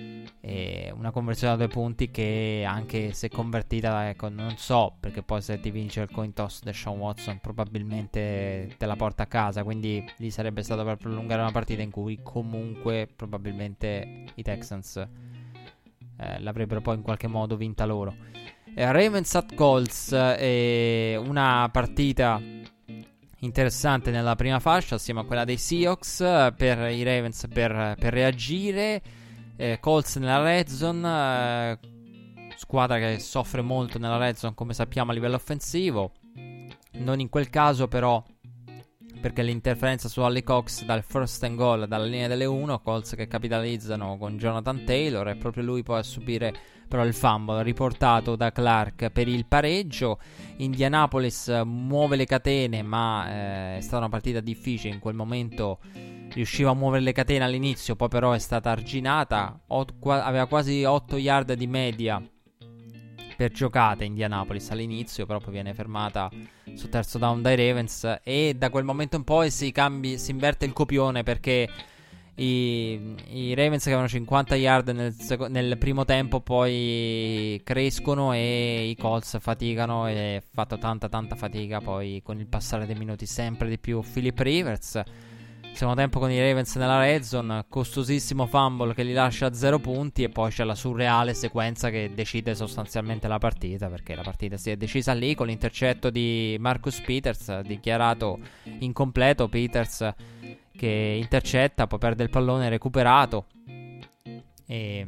e una conversione a due punti che, anche se convertita, ecco, non so, perché poi se ti vince il coin toss di Sean Watson probabilmente te la porta a casa, quindi lì sarebbe stato per prolungare una partita in cui comunque probabilmente i Texans eh, l'avrebbero poi in qualche modo vinta loro. eh, Ravens at Colts, eh, una partita interessante nella prima fascia assieme a quella dei Seahawks, eh, per i Ravens per, per reagire. Eh, Colts nella red zone, eh, squadra che soffre molto nella red zone, come sappiamo, a livello offensivo. Non in quel caso però, perché l'interferenza su Ally Cox dal first and goal, dalla linea delle uno, Colts che capitalizzano con Jonathan Taylor, e proprio lui poi a subire però il fumble riportato da Clark per il pareggio. Indianapolis muove le catene, ma eh, è stata una partita difficile in quel momento. Riusciva a muovere le catene all'inizio, poi però è stata arginata. Ot- qua- aveva quasi otto yard di media per giocate Indianapolis all'inizio, però poi viene fermata sul terzo down dai Ravens, e da quel momento in poi si, cambi, si inverte il copione, perché i, i Ravens, che avevano cinquanta yard nel, seco- nel primo tempo, poi crescono, e i Colts faticano, e fatto tanta tanta fatica poi con il passare dei minuti sempre di più. Philip Rivers, secondo tempo con i Ravens nella red zone, costosissimo fumble che li lascia a zero punti, e poi c'è la surreale sequenza che decide sostanzialmente la partita, perché la partita si è decisa lì con l'intercetto di Marcus Peters, dichiarato incompleto. Peters che intercetta, poi perde il pallone recuperato, e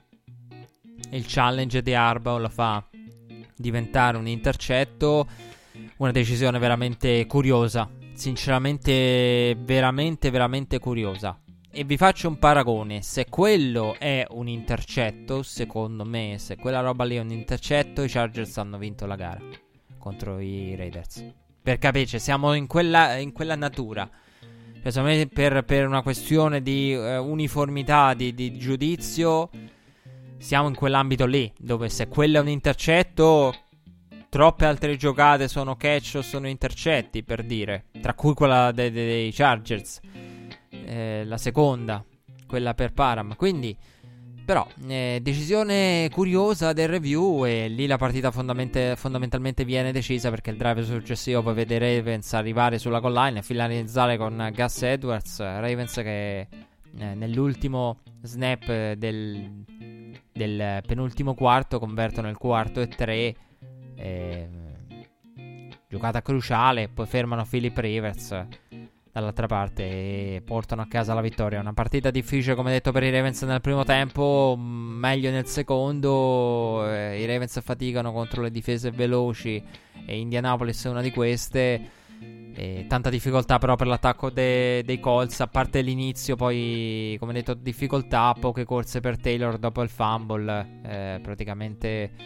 il challenge di Harbaugh lo fa diventare un intercetto. Una decisione veramente curiosa, sinceramente veramente veramente curiosa. E vi faccio un paragone: se quello è un intercetto, secondo me, se quella roba lì è un intercetto, i Chargers hanno vinto la gara contro i Raiders, per capirci, siamo in quella, in quella natura. Cioè, secondo me, per, per una questione di uh, uniformità di, di giudizio, siamo in quell'ambito lì, dove se quello è un intercetto, troppe altre giocate sono catch o sono intercetti, per dire, tra cui quella dei, dei Chargers, eh, la seconda, quella per Parham. Quindi, però, eh, decisione curiosa del review, e lì la partita fondamente, fondamentalmente viene decisa, perché il drive successivo poi vede Ravens arrivare sulla goal line e finalizzare con Gus Edwards. Ravens che eh, nell'ultimo snap del, del penultimo quarto convertono il quarto e tre. Eh, giocata cruciale, poi fermano Philip Rivers dall'altra parte e portano a casa la vittoria. Una partita difficile, come detto, per i Ravens nel primo tempo, meglio nel secondo. eh, I Ravens faticano contro le difese veloci, e Indianapolis è una di queste. E tanta difficoltà però per l'attacco de- dei Colts, a parte l'inizio. Poi, come detto, difficoltà, poche corse per Taylor dopo il fumble. eh, praticamente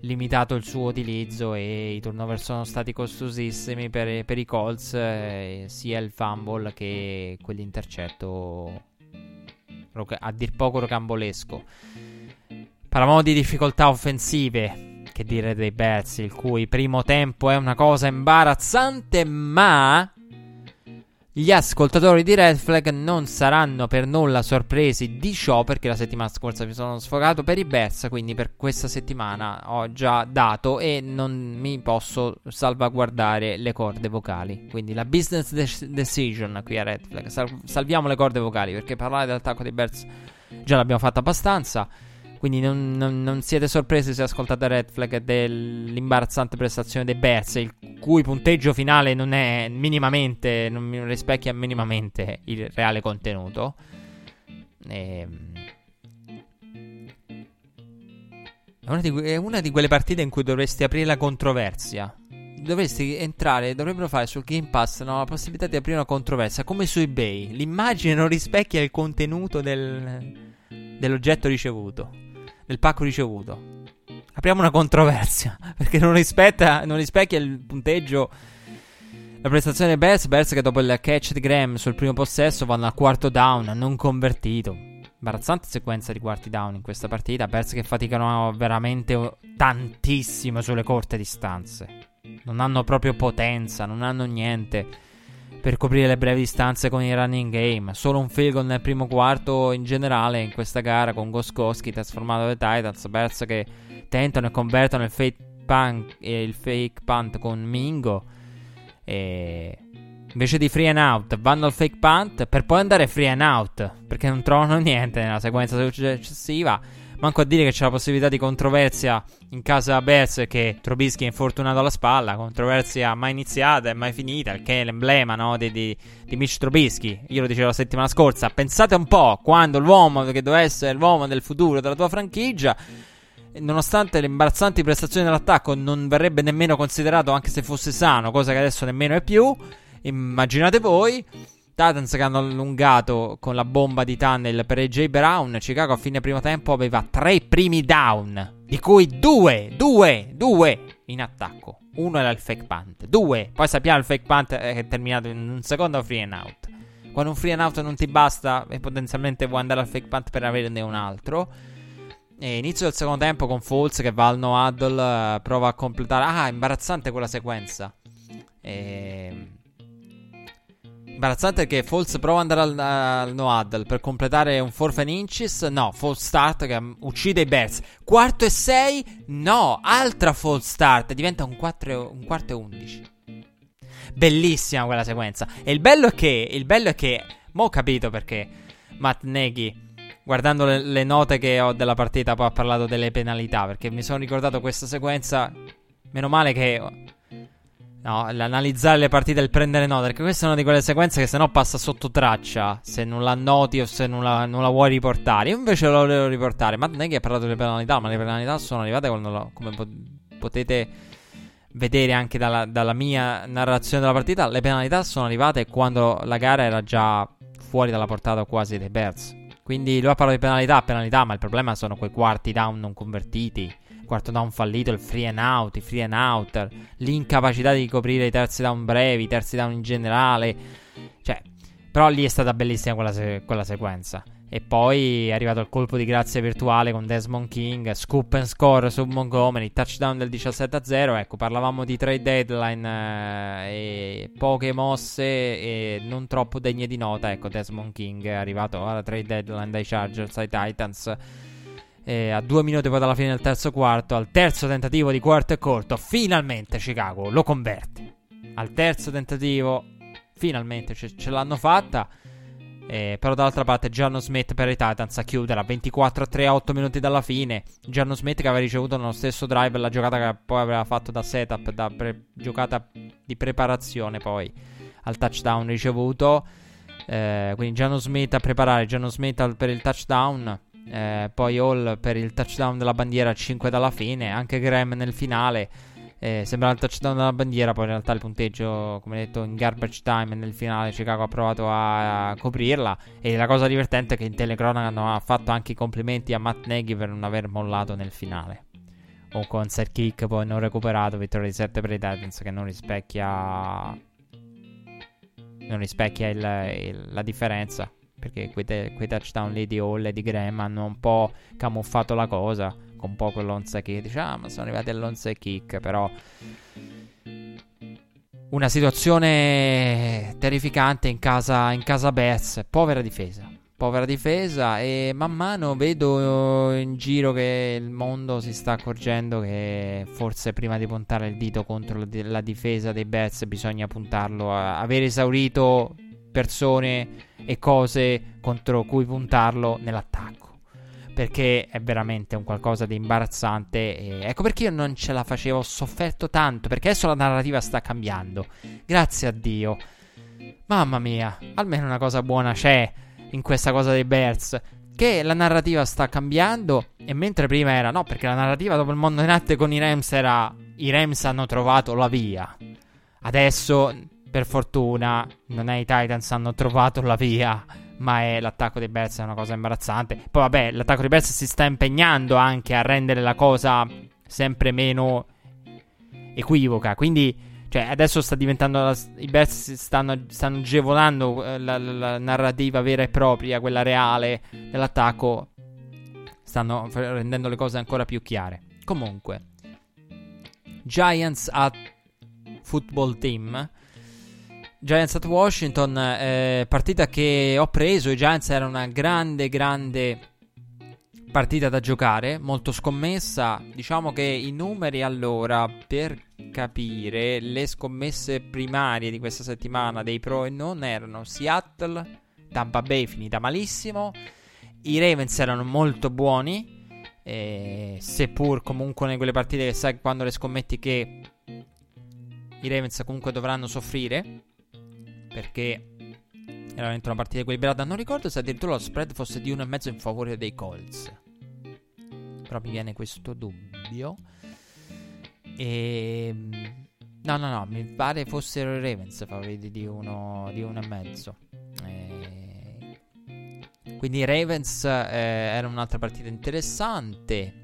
limitato il suo utilizzo e i turnover sono stati costosissimi per, per i Colts, eh, sia il fumble che quell'intercetto roca- a dir poco rocambolesco. Parlavamo di difficoltà offensive, che dire dei Bears, il cui primo tempo è una cosa imbarazzante, ma gli ascoltatori di Red Flag non saranno per nulla sorpresi di ciò, perché la settimana scorsa mi sono sfogato per i Bears, quindi per questa settimana ho già dato e non mi posso salvaguardare le corde vocali. Quindi la business de- decision qui a Red Flag, Sal- salviamo le corde vocali, perché parlare dell'attacco dei Bears già l'abbiamo fatto abbastanza. Quindi non, non, non siete sorpresi se ascoltate Red Flag dell'imbarazzante prestazione dei Bears, il cui punteggio finale non è minimamente, non rispecchia minimamente il reale contenuto. E... È, una di, è una di quelle partite in cui dovresti aprire la controversia. Dovresti entrare, dovrebbero fare sul Game Pass, no, la possibilità di aprire una controversia, come su eBay. L'immagine non rispecchia il contenuto del, dell'oggetto ricevuto, del pacco ricevuto. Apriamo una controversia, perché non rispetta, non rispecchia il punteggio, la prestazione dei Bears. Bears che dopo il catch di Graham sul primo possesso vanno al quarto down, non convertito. Imbarazzante sequenza di quarti down in questa partita. Bears che faticano veramente tantissimo sulle corte distanze. Non hanno proprio potenza, non hanno niente per coprire le brevi distanze con i running game. Solo un field goal nel primo quarto in generale in questa gara, con Gostkowski trasformato dai Titans. Bears che tentano e convertono il fake punt, eh, il fake punt con Mingo, e invece di free and out vanno al fake punt per poi andare free and out, perché non trovano niente nella sequenza successiva. Manco a dire che c'è la possibilità di controversia in casa Bears, che Trubisky è infortunato alla spalla. Controversia mai iniziata e mai finita, il che è l'emblema, no, di, di, di Mitch Trubisky. Io lo dicevo la settimana scorsa. Pensate un po', quando l'uomo che doveva essere l'uomo del futuro della tua franchigia, nonostante le imbarazzanti prestazioni dell'attacco, non verrebbe nemmeno considerato anche se fosse sano, cosa che adesso nemmeno è più. Immaginate voi. Titans che hanno allungato con la bomba di tunnel per A J Brown. Chicago a fine primo tempo aveva tre primi down, di cui due, due, due in attacco. Uno era il fake punt, due. Poi sappiamo il fake punt è terminato in un secondo free and out. Quando un free and out non ti basta e potenzialmente vuoi andare al fake punt per averne un altro. E inizio del secondo tempo con Foles che va al no huddle, prova a completare. Ah, imbarazzante quella sequenza. E... imbarazzante perché Foles prova ad andare al, al no huddle per completare un fourth and inches. No, false start che uccide i Bears. Quarto e sei. No, altra false start. Diventa un, quattro, un quarto e undici. Bellissima quella sequenza. E il bello è che Il bello è che mo' ho capito perché Matt Nagy, guardando le, le note che ho della partita, poi ha parlato delle penalità, perché mi sono ricordato questa sequenza. Meno male che... no, l'analizzare le partite e il prendere note, perché questa è una di quelle sequenze che sennò passa sotto traccia se non la noti o se non la, non la vuoi riportare. Io invece la volevo riportare. Matt Nagy ha parlato delle penalità, ma le penalità sono arrivate quando lo, come po- potete vedere anche dalla, dalla mia narrazione della partita, le penalità sono arrivate quando la gara era già fuori dalla portata quasi dei Bears. Quindi lui ha parlato di penalità, penalità, ma il problema sono quei quarti down non convertiti, quarto down fallito, il free and out, i free and out, l'incapacità di coprire i terzi down brevi, i terzi down in generale. Cioè, però lì è stata bellissima quella, se- quella sequenza. E poi è arrivato il colpo di grazia virtuale con Desmond King, scoop and score su Montgomery, touchdown del diciassette a zero. Ecco, parlavamo di trade deadline eh, e poche mosse e non troppo degne di nota. Ecco, Desmond King è arrivato alla trade deadline dai Chargers ai Titans eh, a due minuti poi dalla fine del terzo quarto, al terzo tentativo di quarto e corto. Finalmente Chicago lo converte. Al terzo tentativo finalmente ce, ce l'hanno fatta. Eh, però dall'altra parte Jarno Smith per i Titans a chiudere a ventiquattro a tre a otto minuti dalla fine. Jarno Smith che aveva ricevuto nello stesso drive la giocata che poi aveva fatto da setup, da pre- giocata di preparazione poi al touchdown ricevuto. eh, Quindi Jarno Smith a preparare, Jarno Smith per il touchdown, eh, poi Hall per il touchdown della bandiera a cinque dalla fine. Anche Graham nel finale. Eh, sembrava il touchdown della bandiera, poi in realtà il punteggio, come detto, in garbage time nel finale Chicago ha provato a, a coprirla. E la cosa divertente è che in telecronaca hanno fatto anche i complimenti a Matt Nagy per non aver mollato nel finale. o con set kick poi non recuperato, vittoria di sette per i Titans, che non rispecchia non rispecchia il, il, la differenza, perché quei, te, quei touchdown lì di Hall e di Graham hanno un po' camuffato la cosa con un po' quell'onside kick. Dice, ah, ma sono arrivati all'onside kick, però una situazione terrificante in casa, in casa Bears. Povera difesa, povera difesa, e man mano vedo in giro che il mondo si sta accorgendo che forse prima di puntare il dito contro la, la difesa dei Bears bisogna puntarlo a aver esaurito persone e cose contro cui puntarlo nell'attacco, perché è veramente un qualcosa di imbarazzante. E ecco perché io non ce la facevo, ho sofferto tanto, perché adesso la narrativa sta cambiando, grazie a Dio. Mamma mia, almeno una cosa buona c'è in questa cosa dei Bears, che la narrativa sta cambiando. E mentre prima era no, perché la narrativa dopo il Monday Night con i Rams era i Rams hanno trovato la via, adesso per fortuna non è i Titans hanno trovato la via, ma è l'attacco dei Bears, è una cosa imbarazzante. Poi vabbè, l'attacco dei Bears si sta impegnando anche a rendere la cosa sempre meno equivoca, quindi cioè adesso sta diventando la, i Bears stanno, stanno agevolando eh, la, la, la narrativa vera e propria, quella reale dell'attacco, stanno f- rendendo le cose ancora più chiare. Comunque, Giants at Football Team, Giants at Washington, eh, partita che ho preso. I Giants era una grande grande partita da giocare, molto scommessa. Diciamo che i numeri, allora, per capire, le scommesse primarie di questa settimana dei pro e non erano Seattle, Tampa Bay finita malissimo, i Ravens erano molto buoni, eh, seppur comunque in quelle partite che sai quando le scommetti che i Ravens comunque dovranno soffrire, perché era veramente una partita equilibrata. Non ricordo se addirittura lo spread fosse di uno e mezzo in favore dei Colts, però mi viene questo dubbio. E no no no mi pare fossero i Ravens favoriti di uno di uno e mezzo, e quindi i Ravens eh, era un'altra partita interessante.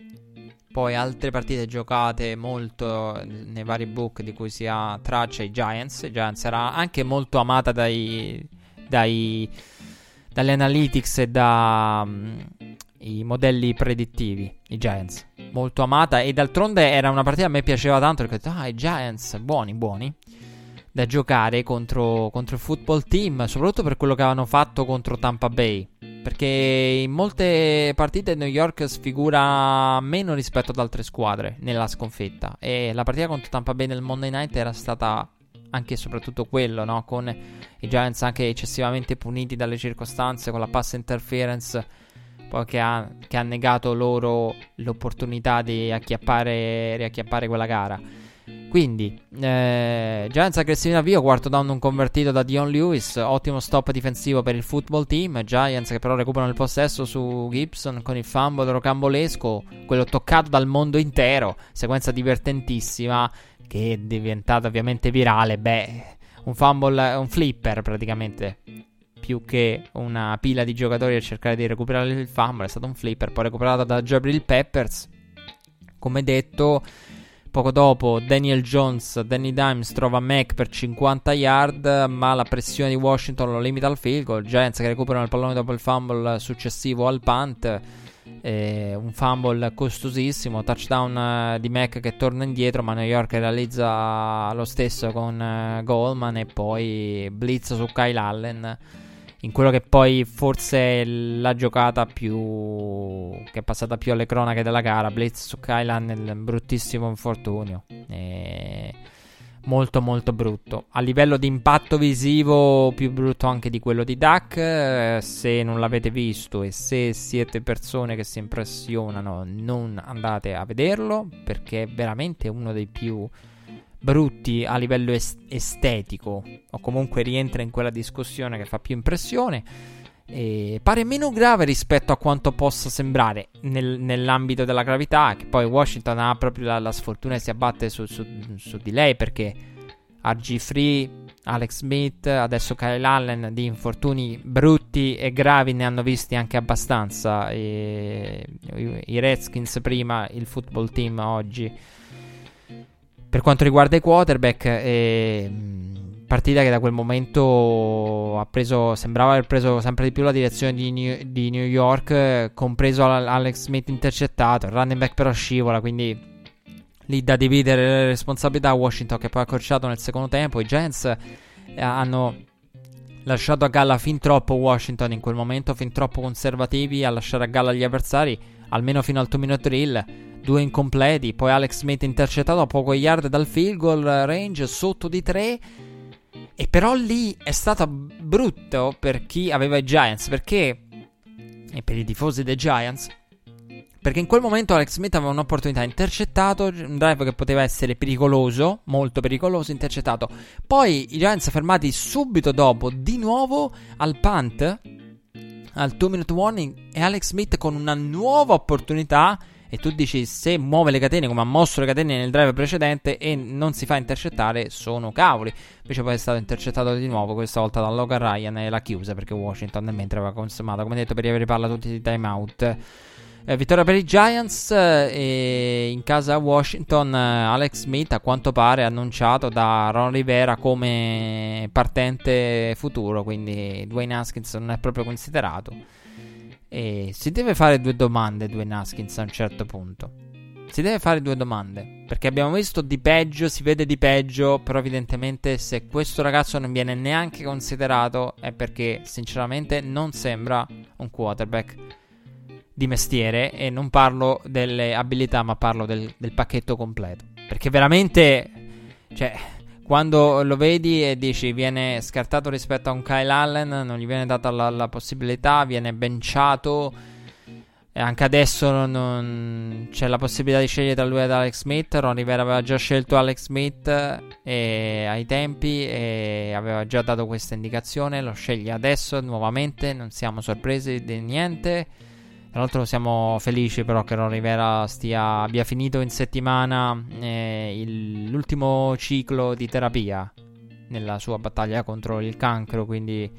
Poi altre partite giocate molto nei vari book di cui si ha traccia, i Giants. I Giants era anche molto amata dai, dai dalle analytics e da um, i modelli predittivi. I Giants molto amata, e d'altronde era una partita che a me piaceva tanto, perché ah, i Giants buoni buoni da giocare contro, contro il football team, soprattutto per quello che avevano fatto contro Tampa Bay, perché in molte partite New York sfigura meno rispetto ad altre squadre nella sconfitta, e la partita contro Tampa Bay nel Monday Night era stata anche e soprattutto quello, no? Con i Giants anche eccessivamente puniti dalle circostanze, con la pass interference poi che ha, che ha negato loro l'opportunità di acchiappare, riacchiappare quella gara. Quindi eh, Giants aggressivi in avvio, quarto down non convertito da Dion Lewis, ottimo stop difensivo per il football team. Giants che però recuperano il possesso su Gibson con il fumble rocambolesco, quello toccato dal mondo intero, sequenza divertentissima che è diventata ovviamente virale. Beh, un fumble, un flipper praticamente, più che una pila di giocatori a cercare di recuperare il fumble, è stato un flipper poi recuperato da Jabril Peppers. Come detto, poco dopo Daniel Jones, Danny Dimes trova Mack per cinquanta yard, ma la pressione di Washington lo limita al field goal. Giants che recuperano il pallone dopo il fumble successivo al punt, eh, un fumble costosissimo, touchdown eh, di Mack che torna indietro, ma New York realizza lo stesso con eh, Goldman, e poi blitz su Kyle Allen in quello che poi forse è la giocata più che è passata più alle cronache della gara. Blitz su Kylan, nel bruttissimo infortunio, e molto molto brutto a livello di impatto visivo, più brutto anche di quello di Dak. Eh, se non l'avete visto e se siete persone che si impressionano, non andate a vederlo, perché è veramente uno dei più brutti a livello est- estetico, o comunque rientra in quella discussione che fa più impressione, e pare meno grave rispetto a quanto possa sembrare nel- nell'ambito della gravità, che poi Washington ha proprio la, la sfortuna e si abbatte su, su, su di lei, perché R G tre Alex Smith, adesso Kyle Allen. Di infortuni brutti e gravi ne hanno visti anche abbastanza, e i, i Redskins prima, il football team oggi. Per quanto riguarda i quarterback, eh, partita che da quel momento ha preso, sembrava aver preso sempre di più la direzione di New, di New York, eh, compreso Alex Smith intercettato, il running back però scivola, quindi lì da dividere le responsabilità a Washington, che poi ha accorciato nel secondo tempo. I Giants eh, hanno lasciato a galla fin troppo Washington in quel momento, fin troppo conservativi a lasciare a galla gli avversari, almeno fino al two minute drill. Due incompleti, poi Alex Smith intercettato a poco yard dal field goal range, sotto di tre. E però lì è stato brutto per chi aveva i Giants, perché, e per i tifosi dei Giants, perché in quel momento Alex Smith aveva un'opportunità, intercettato, un drive che poteva essere pericoloso, molto pericoloso, intercettato. Poi i Giants fermati subito dopo, di nuovo al punt, al two minute warning, e Alex Smith con una nuova opportunità. E tu dici, se muove le catene come ha mosso le catene nel drive precedente e non si fa intercettare, sono cavoli. Invece poi è stato intercettato di nuovo, questa volta da Logan Ryan, e l'ha chiusa perché Washington nel mentre aveva consumato, come detto, per riavere palla tutti i timeout. Eh, vittoria per i Giants, eh, e in casa a Washington, eh, Alex Smith a quanto pare annunciato da Ron Rivera come partente futuro, quindi Dwayne Haskins non è proprio considerato. E si deve fare due domande Dwayne Haskins a un certo punto. Si deve fare due domande, perché abbiamo visto di peggio, si vede di peggio, però evidentemente se questo ragazzo non viene neanche considerato è perché sinceramente non sembra un quarterback di mestiere, e non parlo delle abilità ma parlo del, del pacchetto completo, perché veramente, cioè, quando lo vedi e dici viene scartato rispetto a un Kyle Allen, non gli viene data la, la possibilità, viene benciato, e anche adesso non, non c'è la possibilità di scegliere tra lui ed Alex Smith. Ron Rivera aveva già scelto Alex Smith e, ai tempi, e aveva già dato questa indicazione, lo sceglie adesso nuovamente, non siamo sorpresi di niente. Tra l'altro siamo felici però che Ron Rivera stia, abbia finito in settimana eh, il, l'ultimo ciclo di terapia nella sua battaglia contro il cancro, quindi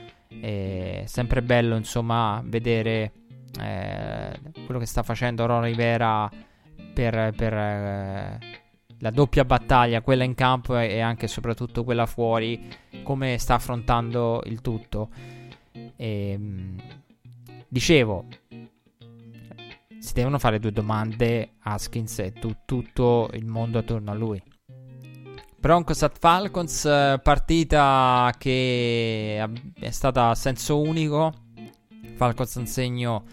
è sempre bello insomma vedere eh, quello che sta facendo Ron Rivera per, per eh, la doppia battaglia, quella in campo e anche e soprattutto quella fuori, come sta affrontando il tutto. E, dicevo, si devono fare due domande Haskins e tu, tutto il mondo attorno a lui. Broncos at Falcons, partita che è stata a senso unico. Falcons in segno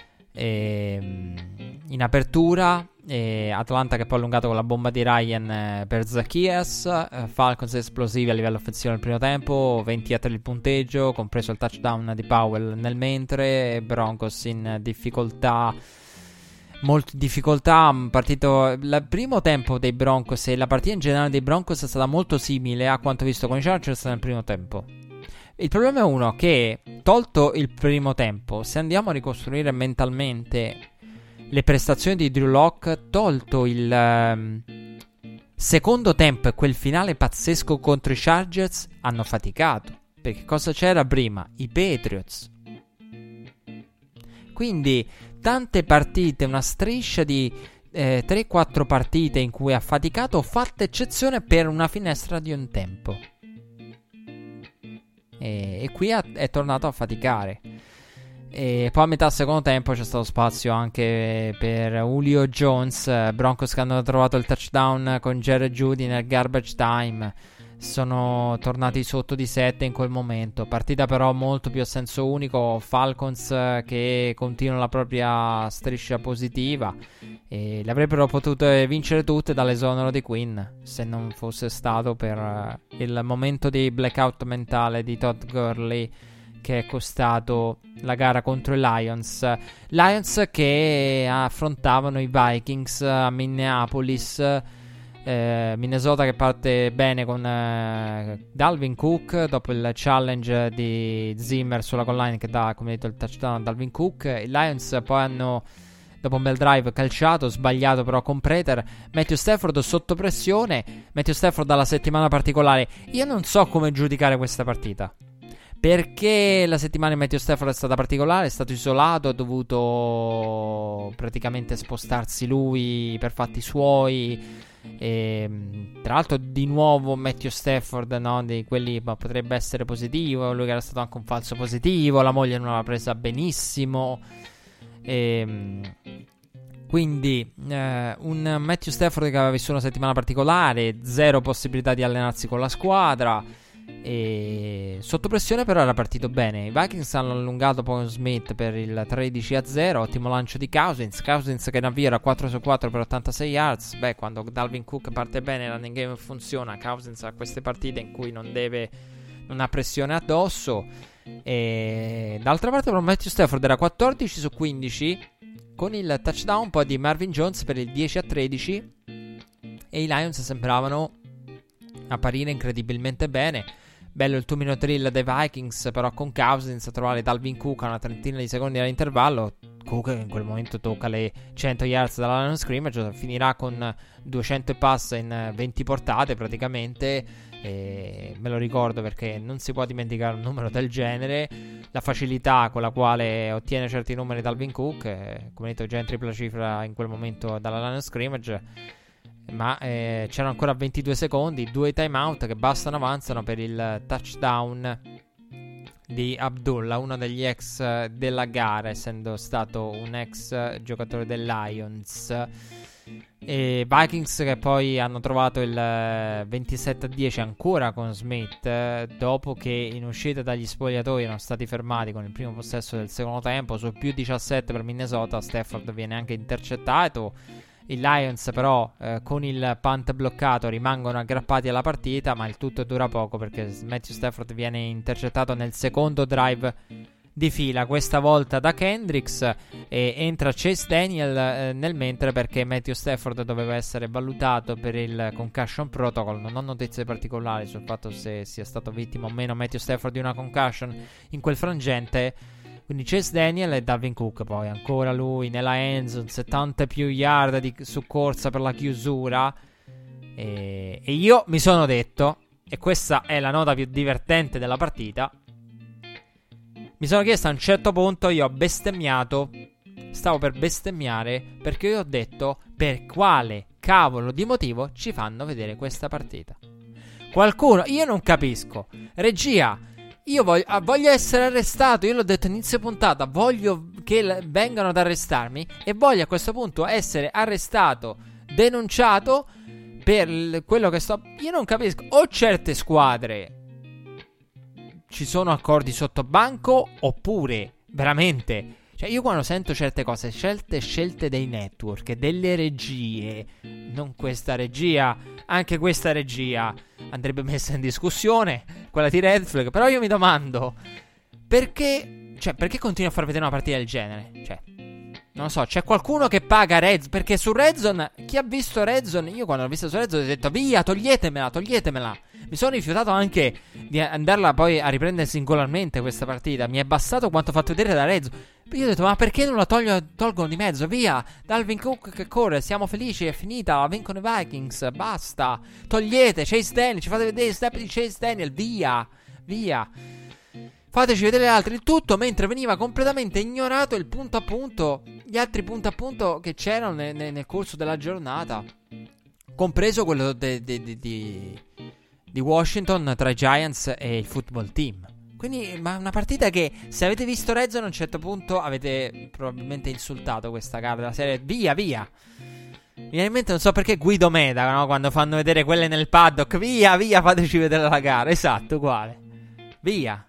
eh, in apertura, e Atlanta che poi ha allungato con la bomba di Ryan eh, per Zacchaeus. eh, Falcons esplosivi a livello offensivo nel primo tempo, venti a tre il punteggio, compreso il touchdown di Powell nel mentre. Broncos in difficoltà, molto difficoltà, partito il primo tempo dei Broncos, e la partita in generale dei Broncos è stata molto simile a quanto visto con i Chargers nel primo tempo. Il problema è uno che, tolto il primo tempo, se andiamo a ricostruire mentalmente le prestazioni di Drew Lock, tolto il um, secondo tempo e quel finale pazzesco contro i Chargers, hanno faticato. Perché cosa c'era prima? I Patriots. Quindi tante partite, una striscia di eh, tre quattro partite in cui ha faticato, fatta eccezione per una finestra di un tempo. E, e qui ha, è tornato a faticare. E poi a metà secondo tempo c'è stato spazio anche per Julio Jones. Broncos che hanno trovato il touchdown con Jerry Jeudy nel garbage time, sono tornati sotto di sette in quel momento. Partita però molto più a senso unico. Falcons che continuano la propria striscia positiva, e le avrebbero potute vincere tutte dall'esonero di Quinn, se non fosse stato per il momento di blackout mentale di Todd Gurley che è costato la gara contro i Lions. Lions che affrontavano i Vikings a Minneapolis. eh, Minnesota che parte bene con eh, Dalvin Cook dopo il challenge di Zimmer sulla goal line che dà, come detto, il touchdown a Dalvin Cook. I Lions poi hanno dopo un bel drive calciato, sbagliato però con Prater. Matthew Stafford sotto pressione, Matthew Stafford dalla settimana particolare. Io non so come giudicare questa partita, perché la settimana di Matthew Stafford è stata particolare, è stato isolato, ha dovuto praticamente spostarsi lui per fatti suoi. E, tra l'altro di nuovo Matthew Stafford, no, di quelli, ma potrebbe essere positivo, lui che era stato anche un falso positivo, la moglie non l'ha presa benissimo, e, quindi eh, un Matthew Stafford che aveva vissuto una settimana particolare, zero possibilità di allenarsi con la squadra, e sotto pressione però era partito bene. I Vikings hanno allungato poi Smith per il tredici a zero. Ottimo lancio di Cousins Cousins che navviera quattro su quattro per ottantasei yards. Beh, quando Dalvin Cook parte bene, la running game funziona. Cousins ha queste partite in cui non deve, non ha pressione addosso. E d'altra parte però Matthew Stafford era quattordici su quindici con il touchdown poi di Marvin Jones per il dieci a tredici, e i Lions sembravano apparire incredibilmente bene. Bello il two minute drill dei Vikings, però con Cousins a trovare Dalvin Cook a una trentina di secondi dall'intervallo. Cook in quel momento tocca le cento yards dalla line of scrimmage, finirà con duecento e passa in venti portate praticamente, e me lo ricordo perché non si può dimenticare un numero del genere. La facilità con la quale ottiene certi numeri Dalvin Cook, eh, come detto già in tripla cifra in quel momento dalla line of scrimmage. Ma eh, c'erano ancora ventidue secondi, due timeout che bastano, avanzano per il touchdown di Abdullah, uno degli ex eh, della gara, essendo stato un ex eh, giocatore del Lions. E Vikings che poi hanno trovato il eh, ventisette a dieci ancora con Smith, eh, dopo che in uscita dagli spogliatoi erano stati fermati con il primo possesso del secondo tempo. Su più diciassette per Minnesota, Stafford viene anche intercettato. I Lions però eh, con il punt bloccato rimangono aggrappati alla partita, ma il tutto dura poco perché Matthew Stafford viene intercettato nel secondo drive di fila, questa volta da Kendricks, e entra Chase Daniel eh, nel mentre, perché Matthew Stafford doveva essere valutato per il concussion protocol. Non ho notizie particolari sul fatto se sia stato vittima o meno Matthew Stafford di una concussion in quel frangente. Quindi Chase Daniel e Dalvin Cook poi ancora lui nella endzone, settanta più yard di, su corsa per la chiusura, e, e io mi sono detto, e questa è la nota più divertente della partita, mi sono chiesto a un certo punto, io ho bestemmiato, stavo per bestemmiare, perché io ho detto: per quale cavolo di motivo ci fanno vedere questa partita? Qualcuno, io non capisco, regia, io voglio, ah, voglio essere arrestato. Io l'ho detto inizio puntata, voglio che l- vengano ad arrestarmi, e voglio a questo punto essere arrestato, denunciato per l- quello che sto... Io non capisco. O certe squadre ci sono accordi sotto banco, oppure veramente... Cioè io quando sento certe cose, scelte scelte dei network, delle regie, non questa regia, anche questa regia andrebbe messa in discussione, quella di Red Flag. Però io mi domando, perché, cioè, perché continui a far vedere una partita del genere? Cioè, non lo so, c'è qualcuno che paga Red, perché su Red Zone, chi ha visto Red Zone, io quando l'ho vista su Red Zone ho detto via, toglietemela, toglietemela. Mi sono rifiutato anche di andarla poi a riprendere singolarmente questa partita. Mi è bastato quanto fatto vedere da Red Zone. Io ho detto, ma perché non la toglio, tolgono di mezzo? Via, Dalvin Cook che corre, siamo felici, è finita, vincono i Vikings, basta. Togliete Chase Daniel, ci fate vedere i step di Chase Daniel, via, via. Fateci vedere altri, il tutto mentre veniva completamente ignorato il punto a punto, gli altri punti a punto che c'erano ne, ne, nel corso della giornata, compreso quello de, de, de, de, di Washington tra i Giants e il football team. Quindi, ma una partita che, se avete visto Red Zone, a un certo punto avete probabilmente insultato questa gara della serie. Via, via. Mi viene in mente, non so perché, Guido Meda, no? Quando fanno vedere quelle nel paddock. Via, via, fateci vedere la gara. Esatto, uguale. Via.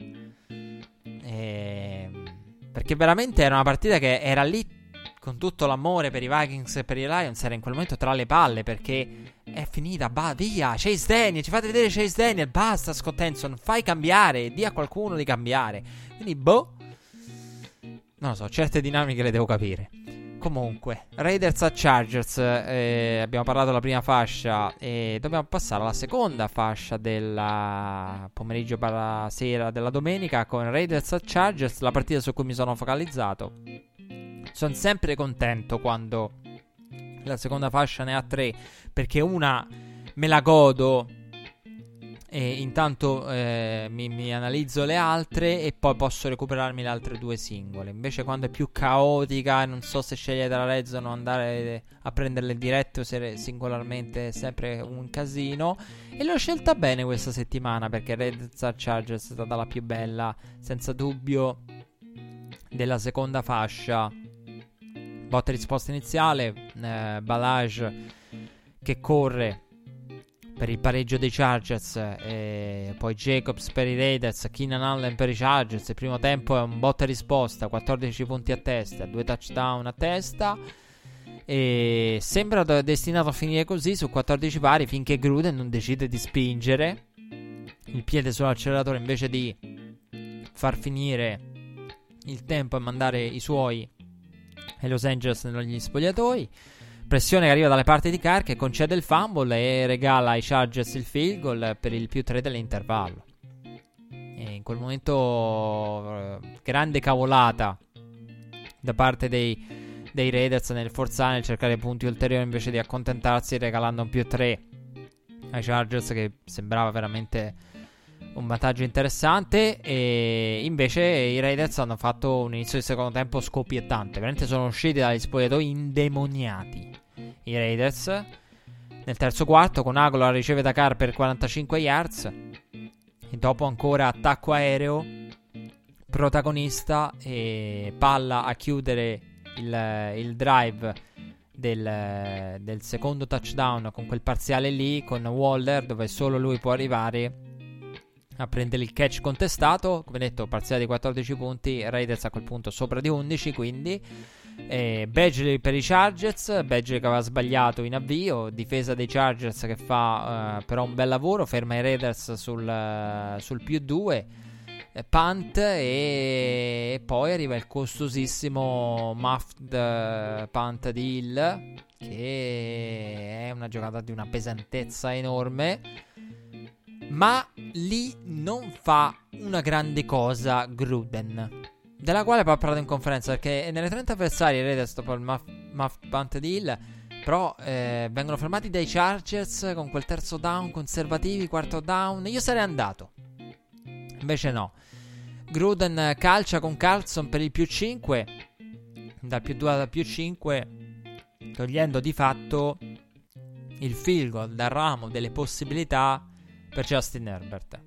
E... perché veramente era una partita che era lì con tutto l'amore per i Vikings e per i Lions, era in quel momento tra le palle, perché è finita, bah, via, Chase Daniel, ci fate vedere Chase Daniel, basta Scott Henson, fai cambiare, di a qualcuno di cambiare. Quindi, boh, non lo so, certe dinamiche le devo capire. Comunque, Raiders a Chargers, eh, abbiamo parlato della prima fascia e dobbiamo passare alla seconda fascia della pomeriggio barra sera della domenica, con Raiders a Chargers, la partita su cui mi sono focalizzato. Sono sempre contento quando la seconda fascia ne ha tre, perché una me la godo e intanto eh, mi, mi analizzo le altre e poi posso recuperarmi le altre due singole. Invece quando è più caotica e non so se scegliere dalla red zone o andare a prenderle dirette o se singolarmente, è sempre un casino. E l'ho scelta bene questa settimana, perché Red Chargers è stata la più bella senza dubbio della seconda fascia. Botta e risposta iniziale, eh, Balage che corre per il pareggio dei Chargers, e poi Jacobs per i Raiders, Keenan Allen per i Chargers. Il primo tempo è un botta e risposta, quattordici punti a testa, due touchdown a testa, e sembra destinato a finire così su quattordici pari finché Gruden non decide di spingere il piede sull'acceleratore invece di far finire il tempo e mandare i suoi ai Los Angeles negli spogliatoi. Pressione che arriva dalle parti di Carr, che concede il fumble e regala ai Chargers il field goal per il più tre dell'intervallo. E in quel momento grande cavolata da parte dei, dei Raiders nel forzare, nel cercare punti ulteriori invece di accontentarsi regalando un più tre ai Chargers, che sembrava veramente un vantaggio interessante. E invece i Raiders hanno fatto un inizio di secondo tempo scoppiettante. Veramente sono usciti dagli spogliatoi indemoniati i Raiders nel terzo quarto, con Aguilar riceve da Carr per quarantacinque yards e dopo ancora attacco aereo protagonista e palla a chiudere il, il drive del, del secondo touchdown con quel parziale lì, con Waller, dove solo lui può arrivare a prendere il catch contestato. Come detto, parziale di quattordici punti, Raiders a quel punto sopra di undici, quindi eh, Badgley per i Chargers. Badgley che aveva sbagliato in avvio, difesa dei Chargers che fa uh, però un bel lavoro, ferma i Raiders sul, uh, sul più due, eh, punt, e, e poi arriva il costosissimo muffed uh, punt di Hill, che è una giocata di una pesantezza enorme. Ma lì non fa una grande cosa Gruden, della quale poi ha parlato in conferenza, perché nelle trenta avversari Raiders dopo il muff, muff punt di Hill però eh, vengono fermati dai Chargers con quel terzo down, conservativi, quarto down. Io sarei andato, invece no. Gruden calcia con Carlson per il più cinque, dal più due al più cinque, togliendo di fatto il field goal dal ramo delle possibilità per Justin Herbert.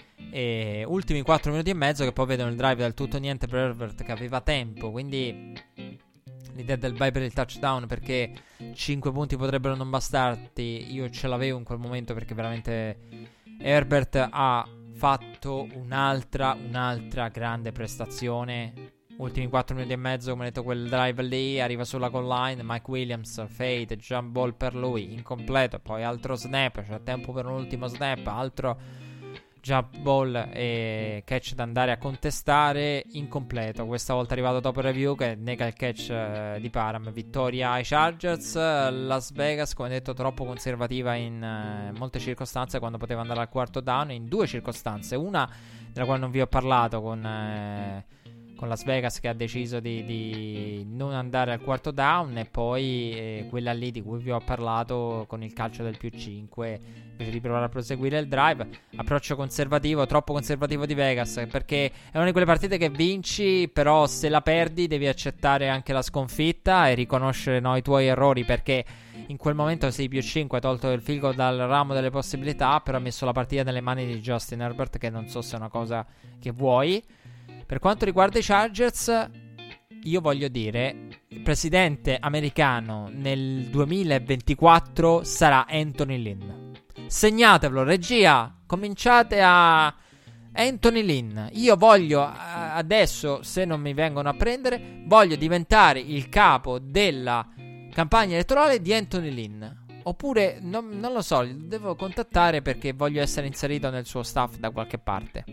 E ultimi quattro minuti e mezzo che poi vedono il drive del tutto niente per Herbert, che aveva tempo, quindi l'idea del bye per il touchdown, perché cinque punti potrebbero non bastarti, io ce l'avevo in quel momento, perché veramente Herbert ha fatto un'altra un'altra grande prestazione. Ultimi quattro minuti e mezzo, come detto, quel drive lì, arriva sulla goal line, Mike Williams, fade, jump ball per lui, incompleto, poi altro snap, c'è tempo per un ultimo snap, altro jump ball e catch da andare a contestare, incompleto, questa volta arrivato dopo il review che nega il catch eh, di Parham. Vittoria ai Chargers. Las Vegas, come detto, troppo conservativa in eh, molte circostanze, quando poteva andare al quarto down, in due circostanze, una della quale non vi ho parlato, con... Eh, con Las Vegas che ha deciso di, di non andare al quarto down, e poi eh, quella lì di cui vi ho parlato con il calcio del più cinque, invece di provare a proseguire il drive. Approccio conservativo, troppo conservativo di Vegas, perché è una di quelle partite che vinci, però se la perdi devi accettare anche la sconfitta e riconoscere, no, i tuoi errori, perché in quel momento sei più cinque, hai tolto il field goal dal ramo delle possibilità, però ha messo la partita nelle mani di Justin Herbert, che non so se è una cosa che vuoi. Per quanto riguarda i Chargers, io voglio dire, il presidente americano nel duemilaventiquattro sarà Anthony Lynn. Segnatevelo, regia, cominciate a... Anthony Lynn. Io voglio adesso, se non mi vengono a prendere, voglio diventare il capo della campagna elettorale di Anthony Lynn. Oppure, non, non lo so, devo contattare, perché voglio essere inserito nel suo staff da qualche parte.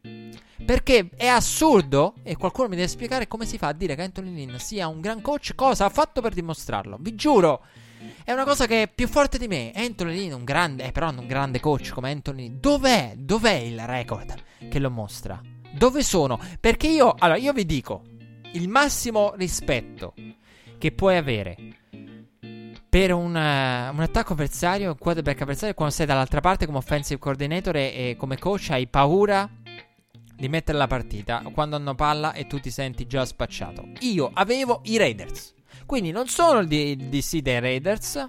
Perché è assurdo, e qualcuno mi deve spiegare come si fa a dire che Anthony Lynn sia un gran coach. Cosa ha fatto per dimostrarlo? Vi giuro, è una cosa che è più forte di me. Anthony Lynn, un grande, eh, però non un grande coach come Anthony. Dov'è? Dov'è il record che lo mostra? Dove sono? Perché io, allora, io vi dico, il massimo rispetto che puoi avere per un, uh, un attacco avversario, un quarterback avversario, quando sei dall'altra parte come offensive coordinator e, e come coach hai paura di mettere la partita quando hanno palla e tu ti senti già spacciato. Io avevo i Raiders, quindi non sono il D C dei Raiders,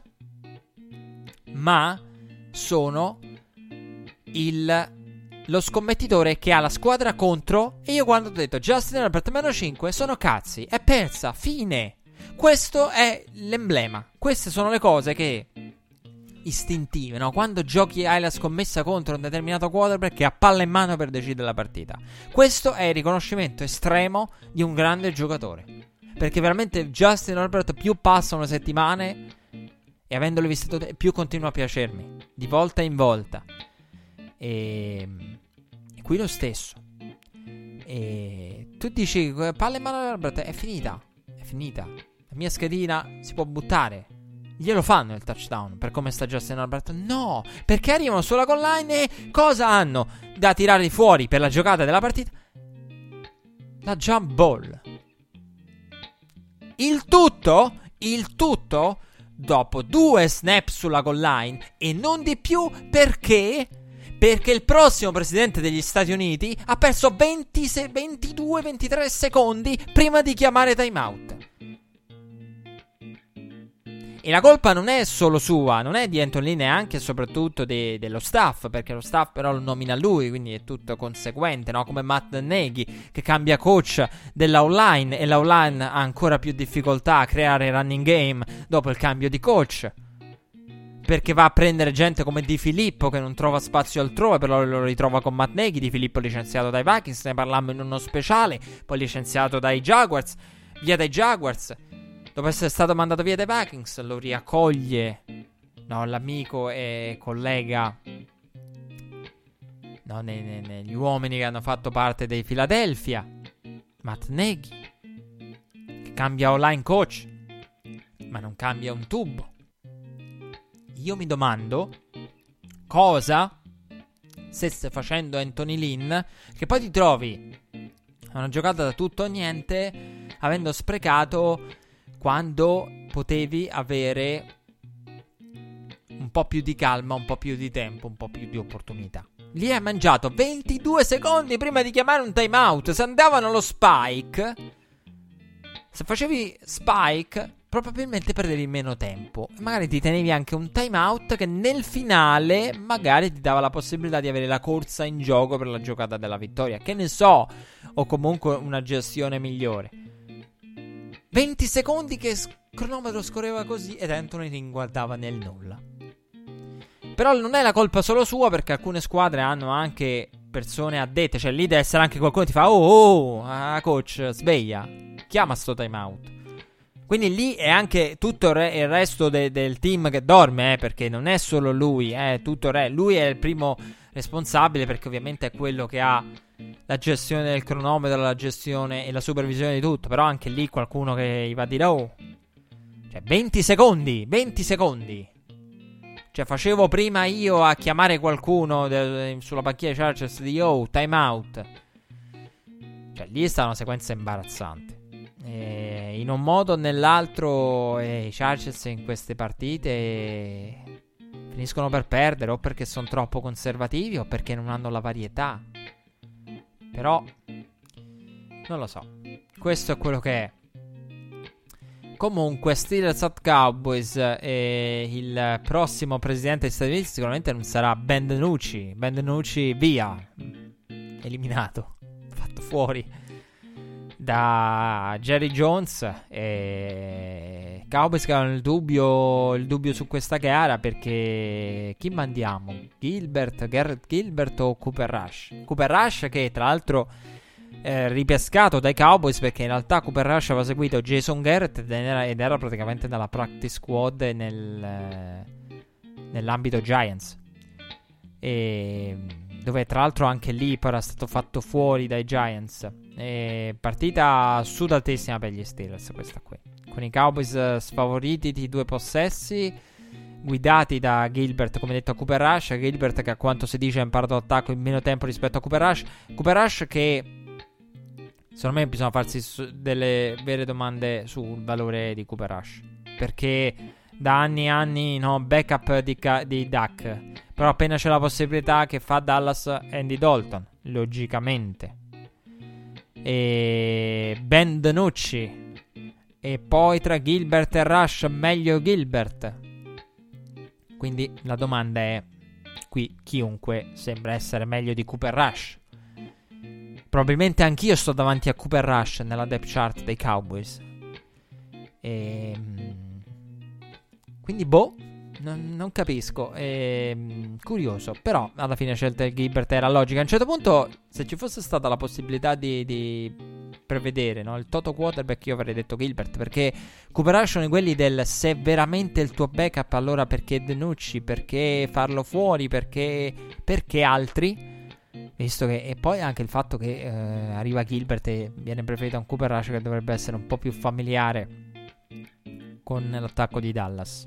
ma sono il lo scommettitore che ha la squadra contro. E io quando ho detto Justin Herbert meno cinque sono cazzi, è persa, fine. Questo è l'emblema. Queste sono le cose che istintive, no? Quando giochi hai la scommessa contro un determinato quarterback che ha palla in mano per decidere la partita. Questo è il riconoscimento estremo di un grande giocatore, perché veramente Justin Herbert, più passano le settimane e avendolo visto più continua a piacermi di volta in volta. E, e qui lo stesso. E tu dici palla in mano Herbert, è finita, è finita. La mia schedina si può buttare. Glielo fanno il touchdown per come sta Justin Herbert? No, perché arrivano sulla goal line e cosa hanno da tirare fuori per la giocata della partita? La jump ball. Il tutto, il tutto dopo due snap sulla goal line e non di più. Perché? Perché il prossimo presidente degli Stati Uniti ha perso venti, ventidue ventitré secondi prima di chiamare timeout. E la colpa non è solo sua, non è di Anthony Lynn, è anche e soprattutto de- dello staff, perché lo staff però lo nomina lui, quindi è tutto conseguente, no? Come Matt Nagy che cambia coach della online e la online ha ancora più difficoltà a creare running game dopo il cambio di coach, perché va a prendere gente come Di Filippo che non trova spazio altrove, però lo ritrova con Matt Nagy. Di Filippo licenziato dai Vikings, ne parlammo in uno speciale, poi licenziato dai Jaguars, via dai Jaguars. Dopo essere stato mandato via dai Vikings, lo riaccoglie, no, l'amico e collega, no, ne, ne, negli uomini che hanno fatto parte dei Philadelphia, Matt Nagy, che cambia online coach, ma non cambia un tubo. Io mi domando cosa stesse facendo Anthony Lynn, che poi ti trovi a una giocata da tutto o niente, avendo sprecato quando potevi avere un po' più di calma, un po' più di tempo, un po' più di opportunità. Lì hai mangiato ventidue secondi prima di chiamare un timeout. Se andavano allo spike, se facevi spike, probabilmente perdevi meno tempo e magari ti tenevi anche un timeout che nel finale magari ti dava la possibilità di avere la corsa in gioco per la giocata della vittoria, che ne so, o comunque una gestione migliore. venti secondi che il cronometro scorreva così ed Anthony Lynn guardava nel nulla. Però non è la colpa solo sua, perché alcune squadre hanno anche persone addette, cioè lì deve essere anche qualcuno che ti fa oh oh, ah, coach, sveglia, chiama sto timeout. Quindi lì è anche tutto il, re- il resto de- del team che dorme, eh, perché non è solo lui, eh, tutto il re- lui è il primo responsabile, perché ovviamente è quello che ha la gestione del cronometro, la gestione e la supervisione di tutto. Però anche lì qualcuno che gli va a dire oh, cioè venti secondi, venti secondi. Cioè facevo prima io a chiamare qualcuno de- sulla panchina dei Chargers di oh, time out. Cioè lì sta una sequenza imbarazzante. E in un modo o nell'altro eh, i Chargers in queste partite finiscono per perdere, o perché sono troppo conservativi o perché non hanno la varietà. Però non lo so, questo è quello che è. Comunque Steelers at Cowboys, e il prossimo presidente degli Stati Uniti sicuramente non sarà Ben DiNucci. Ben DiNucci via, eliminato, fatto fuori da Jerry Jones. E Cowboys che hanno il dubbio, il dubbio su questa gara, perché chi mandiamo? Gilbert, Garrett Gilbert o Cooper Rush? Cooper Rush che tra l'altro eh, ripescato dai Cowboys, perché in realtà Cooper Rush aveva seguito Jason Garrett ed era, ed era praticamente nella practice squad nel, eh, nell'ambito Giants, e dove tra l'altro anche lì poi era stato fatto fuori dai Giants. E partita sudatissima per gli Steelers questa qui, con i Cowboys sfavoriti di due possessi, guidati da Gilbert, come detto, a Cooper Rush. Gilbert che a quanto si dice ha imparato l'attacco in meno tempo rispetto a Cooper Rush. Cooper Rush che secondo me bisogna farsi delle vere domande sul valore di Cooper Rush, perché da anni e anni no backup di, ca- di Dak, però appena c'è la possibilità che fa Dallas Andy Dalton, logicamente, e Ben DiNucci, e poi tra Gilbert e Rush meglio Gilbert. Quindi la domanda è, qui chiunque sembra essere meglio di Cooper Rush. Probabilmente anch'io sto davanti a Cooper Rush nella depth chart dei Cowboys. E quindi boh, non, non capisco, è curioso. Però alla fine la scelta di Gilbert era logica. A un certo punto, se ci fosse stata la possibilità di, di prevedere, no, il toto quarterback, io avrei detto Gilbert, perché Cooper Rush sono quelli del se veramente il tuo backup, allora perché DiNucci, perché farlo fuori, perché, perché altri, visto che, e poi anche il fatto che eh, arriva Gilbert e viene preferito a un Cooper Rush che dovrebbe essere un po' più familiare con l'attacco di Dallas.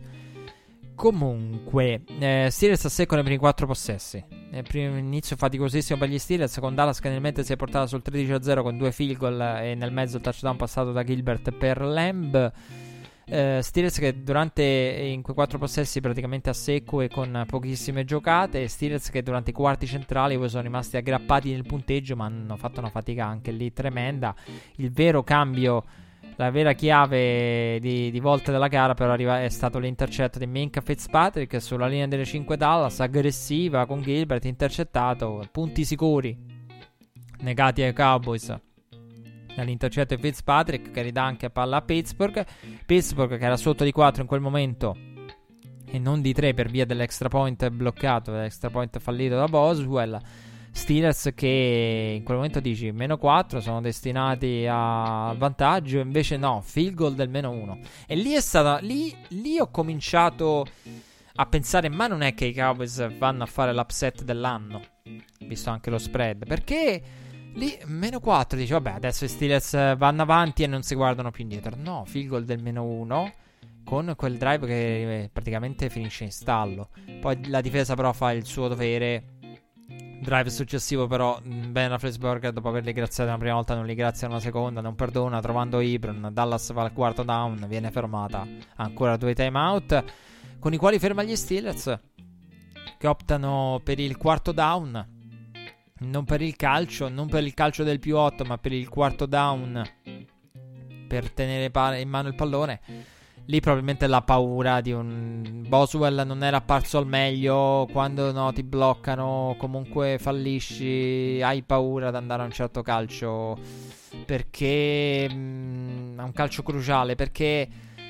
Comunque eh, Steelers a secco nei primi quattro possessi. Nel primo inizio faticosissimo per gli Steelers, con Dallas che nel mente si è portata sul tredici a zero con due field goal e nel mezzo il touchdown passato da Gilbert per Lamb. eh, Steelers che durante in quei quattro possessi praticamente a secco e con pochissime giocate. Steelers che durante i quarti centrali poi sono rimasti aggrappati nel punteggio, ma hanno fatto una fatica anche lì tremenda. Il vero cambio, la vera chiave di, di volta della gara però arriva, è stato l'intercetto di Minkah Fitzpatrick sulla linea delle cinque Dallas, aggressiva con Gilbert, intercettato, punti sicuri negati ai Cowboys dall'intercetto di Fitzpatrick, che ridà anche palla a Pittsburgh. Pittsburgh che era sotto di quattro in quel momento e non di tre per via dell'extra point bloccato, dell'extra point fallito da Boswell. Steelers che in quel momento dici meno quattro, sono destinati al vantaggio, invece no, field goal del meno uno. E lì è stata, lì, lì ho cominciato a pensare, ma non è che i Cowboys vanno a fare l'upset dell'anno, visto anche lo spread, perché lì meno quattro, dici vabbè adesso i Steelers vanno avanti e non si guardano più indietro. No, field goal del meno uno con quel drive che praticamente finisce in stallo. Poi la difesa però fa il suo dovere. Drive successivo però Ben Roethlisberger, dopo averli graziati una prima volta, non li grazia una seconda, non perdona, trovando Ibron. Dallas va al quarto down, viene fermata, ancora due timeout con i quali ferma gli Steelers, che optano per il quarto down, non per il calcio, non per il calcio del più otto, ma per il quarto down, per tenere in mano il pallone. Lì probabilmente la paura di un Boswell non era apparso al meglio. Quando no, ti bloccano, comunque fallisci, hai paura di andare a un certo calcio, perché mh, è un calcio cruciale, perché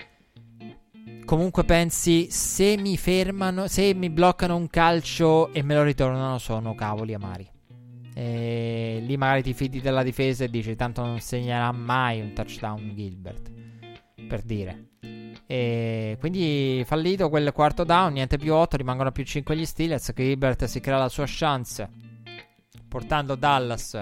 comunque pensi, se mi fermano, se mi bloccano un calcio e me lo ritornano, sono cavoli amari. E lì magari ti fidi della difesa e dici tanto non segnerà mai un touchdown Gilbert, per dire. E quindi fallito quel quarto down, niente più otto, rimangono più cinque gli Steelers. Gilbert si crea la sua chance portando Dallas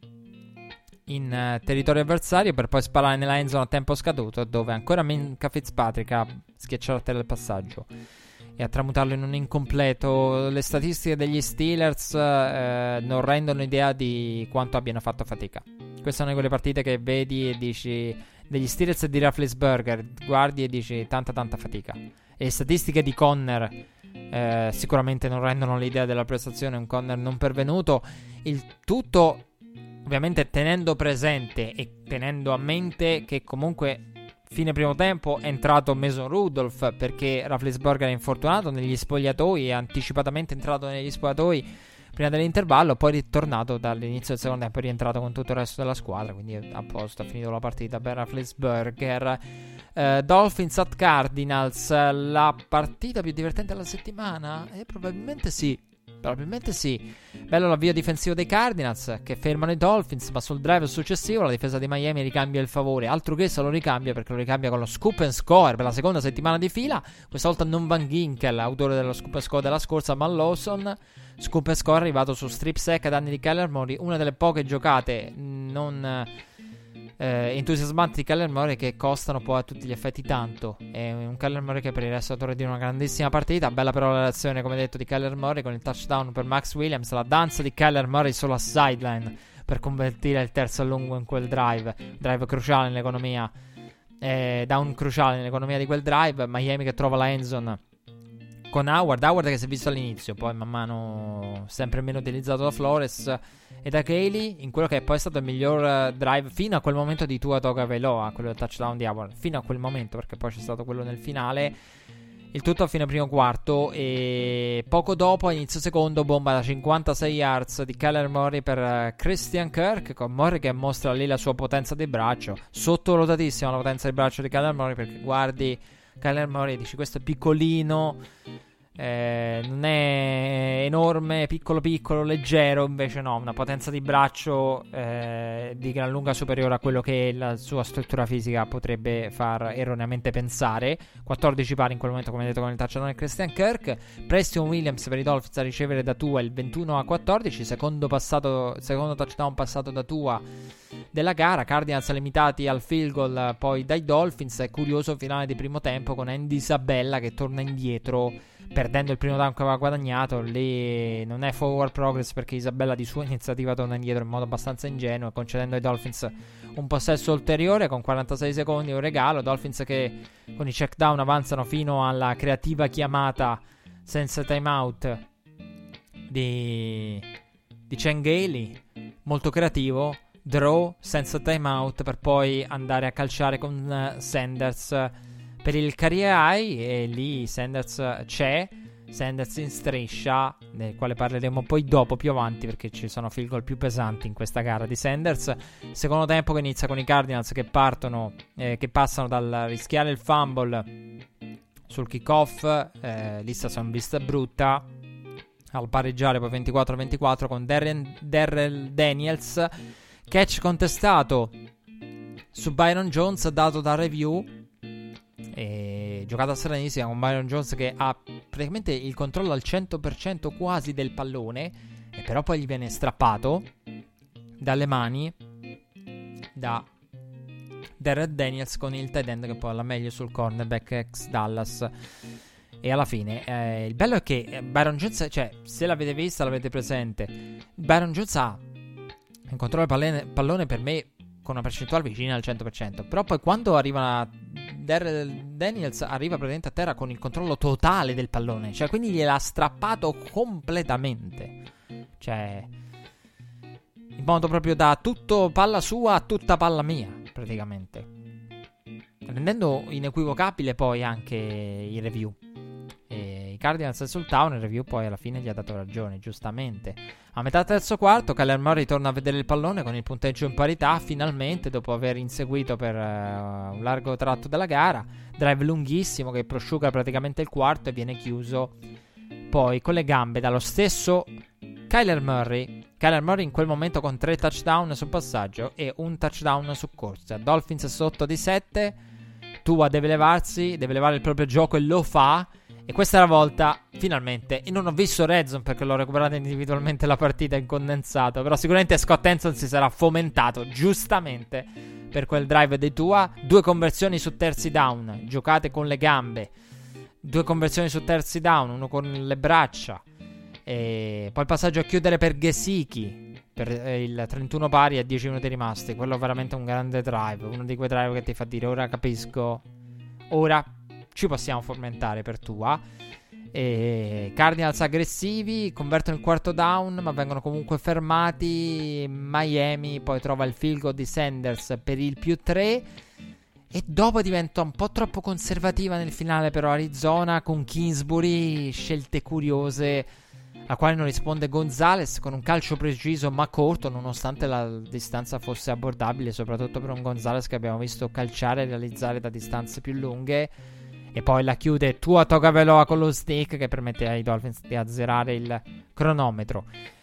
in uh, territorio avversario, per poi sparare nella end zone a tempo scaduto, dove ancora Minkah Fitzpatrick ha schiacciato a terra il passaggio e a tramutarlo in un incompleto. Le statistiche degli Steelers eh, non rendono idea di quanto abbiano fatto fatica. Queste sono quelle partite che vedi e dici, degli Steelers e di Roethlisberger, guardi e dici tanta tanta fatica. E le statistiche di Conner eh, sicuramente non rendono l'idea della prestazione, un Conner non pervenuto. Il tutto ovviamente tenendo presente e tenendo a mente che comunque fine primo tempo è entrato Mason Rudolph, perché Roethlisberger è infortunato negli spogliatoi, è anticipatamente entrato negli spogliatoi prima dell'intervallo, poi è ritornato dall'inizio del secondo tempo, è rientrato con tutto il resto della squadra, quindi a posto, ha finito la partita per Roethlisberger. uh, Dolphins at Cardinals, la partita più divertente della settimana? Eh, probabilmente sì, probabilmente sì. Bello l'avvio difensivo dei Cardinals che fermano i Dolphins, ma sul drive successivo la difesa di Miami ricambia il favore, altro che se lo ricambia, perché lo ricambia con lo scoop and score per la seconda settimana di fila. Questa volta non Van Ginkel, autore dello scoop and score della scorsa, ma Lawson. Scoop and score arrivato su strip sack a danni di Kyler Murray, una delle poche giocate non eh, entusiasmanti di Kyler Murray, che costano poi a tutti gli effetti tanto. È un Kyler Murray che per il resto di una grandissima partita. Bella però la reazione, come detto, di Kyler Murray con il touchdown per Max Williams, la danza di Kyler Murray sulla sideline per convertire il terzo a lungo in quel drive, drive cruciale nell'economia, eh, down cruciale nell'economia di quel drive. Miami che trova la endzone con Howard, Howard che si è visto all'inizio, poi man mano sempre meno utilizzato da Flores e da Gailey, in quello che è poi stato il miglior drive fino a quel momento di Tua Tagovailoa, quello del touchdown di Howard, fino a quel momento, perché poi c'è stato quello nel finale. Il tutto a fine primo quarto, e poco dopo, a inizio secondo, bomba da cinquantasei yards di Kyler Murray per Christian Kirk, con Murray che mostra lì la sua potenza di braccio. Sottovalutatissima la potenza di braccio di Kyler Murray, perché guardi Kyler Murray, dici questo è piccolino, eh, non è enorme, piccolo piccolo, leggero, invece no, una potenza di braccio eh, di gran lunga superiore a quello che la sua struttura fisica potrebbe far erroneamente pensare. quattordici pari in quel momento, come detto, con il touchdown di Christian Kirk. Preston Williams per i Dolphins a ricevere da Tua il ventuno a quattordici, secondo, passato, secondo touchdown passato da Tua della gara. Cardinals limitati al field goal poi dai Dolphins. È curioso finale di primo tempo con Andy Isabella che torna indietro perdendo il primo down che aveva guadagnato. Lì non è forward progress, perché Isabella di sua iniziativa torna indietro in modo abbastanza ingenuo, concedendo ai Dolphins un possesso ulteriore con quarantasei secondi, un regalo. Dolphins che con i check down avanzano fino alla creativa chiamata senza timeout di di Chan Gailey, molto creativo, draw senza timeout per poi andare a calciare con uh, Sanders per il career high, e lì Sanders c'è, Sanders in striscia, del quale parleremo poi dopo, più avanti, perché ci sono field goal più pesanti in questa gara di Sanders. Secondo tempo che inizia con i Cardinals che partono, eh, che passano dal rischiare il fumble sul kickoff, eh, lì sta una vista brutta, al pareggiare poi ventiquattro a ventiquattro con Darren, Darrell Daniels, catch contestato su Byron Jones dato da review, e giocata stranissima con Byron Jones che ha praticamente il controllo al cento per cento quasi del pallone, e però poi gli viene strappato dalle mani da Darrell Daniels con il tight end che poi ha la meglio sul cornerback ex Dallas. E alla fine eh, il bello è che Byron Jones, cioè se l'avete vista, l'avete presente, Byron Jones ha un controllo del pallone, pallone per me con una percentuale vicina al cento per cento, però poi quando arriva Darrell Daniels arriva praticamente a terra con il controllo totale del pallone, cioè quindi gliel'ha strappato completamente, cioè in modo proprio da tutto palla sua a tutta palla mia praticamente, rendendo inequivocabile poi anche i review. E i Cardinals esultavano, il review poi alla fine gli ha dato ragione, giustamente. A metà terzo quarto Kyler Murray torna a vedere il pallone con il punteggio in parità, finalmente, dopo aver inseguito per uh, un largo tratto della gara. Drive lunghissimo che prosciuga praticamente il quarto e viene chiuso poi con le gambe dallo stesso Kyler Murray. Kyler Murray in quel momento con tre touchdown sul passaggio e un touchdown su corsa. Dolphins sotto di sette. Tua deve levarsi, deve levare il proprio gioco e lo fa. E questa è la volta, finalmente, e non ho visto Red Zone perché l'ho recuperata individualmente la partita in condensato, però sicuramente Scott Hanson si sarà fomentato, giustamente, per quel drive di Tua. Due conversioni su terzi down, giocate con le gambe. Due conversioni su terzi down, uno con le braccia. E poi il passaggio a chiudere per Gesicki, per eh, il trentuno pari a dieci minuti rimasti. Quello è veramente un grande drive, uno di quei drive che ti fa dire ora capisco, ora ci possiamo fomentare per Tua. E Cardinals aggressivi convertono il quarto down, ma vengono comunque fermati. Miami poi trova il field goal di Sanders per il più tre, e dopo diventa un po' troppo conservativa nel finale però Arizona, con Kingsbury, scelte curiose a quale non risponde Gonzalez con un calcio preciso ma corto, nonostante la distanza fosse abbordabile, soprattutto per un Gonzalez che abbiamo visto calciare e realizzare da distanze più lunghe. E poi la chiude Tua Tagovailoa con lo stick che permette ai Dolphins di azzerare il cronometro.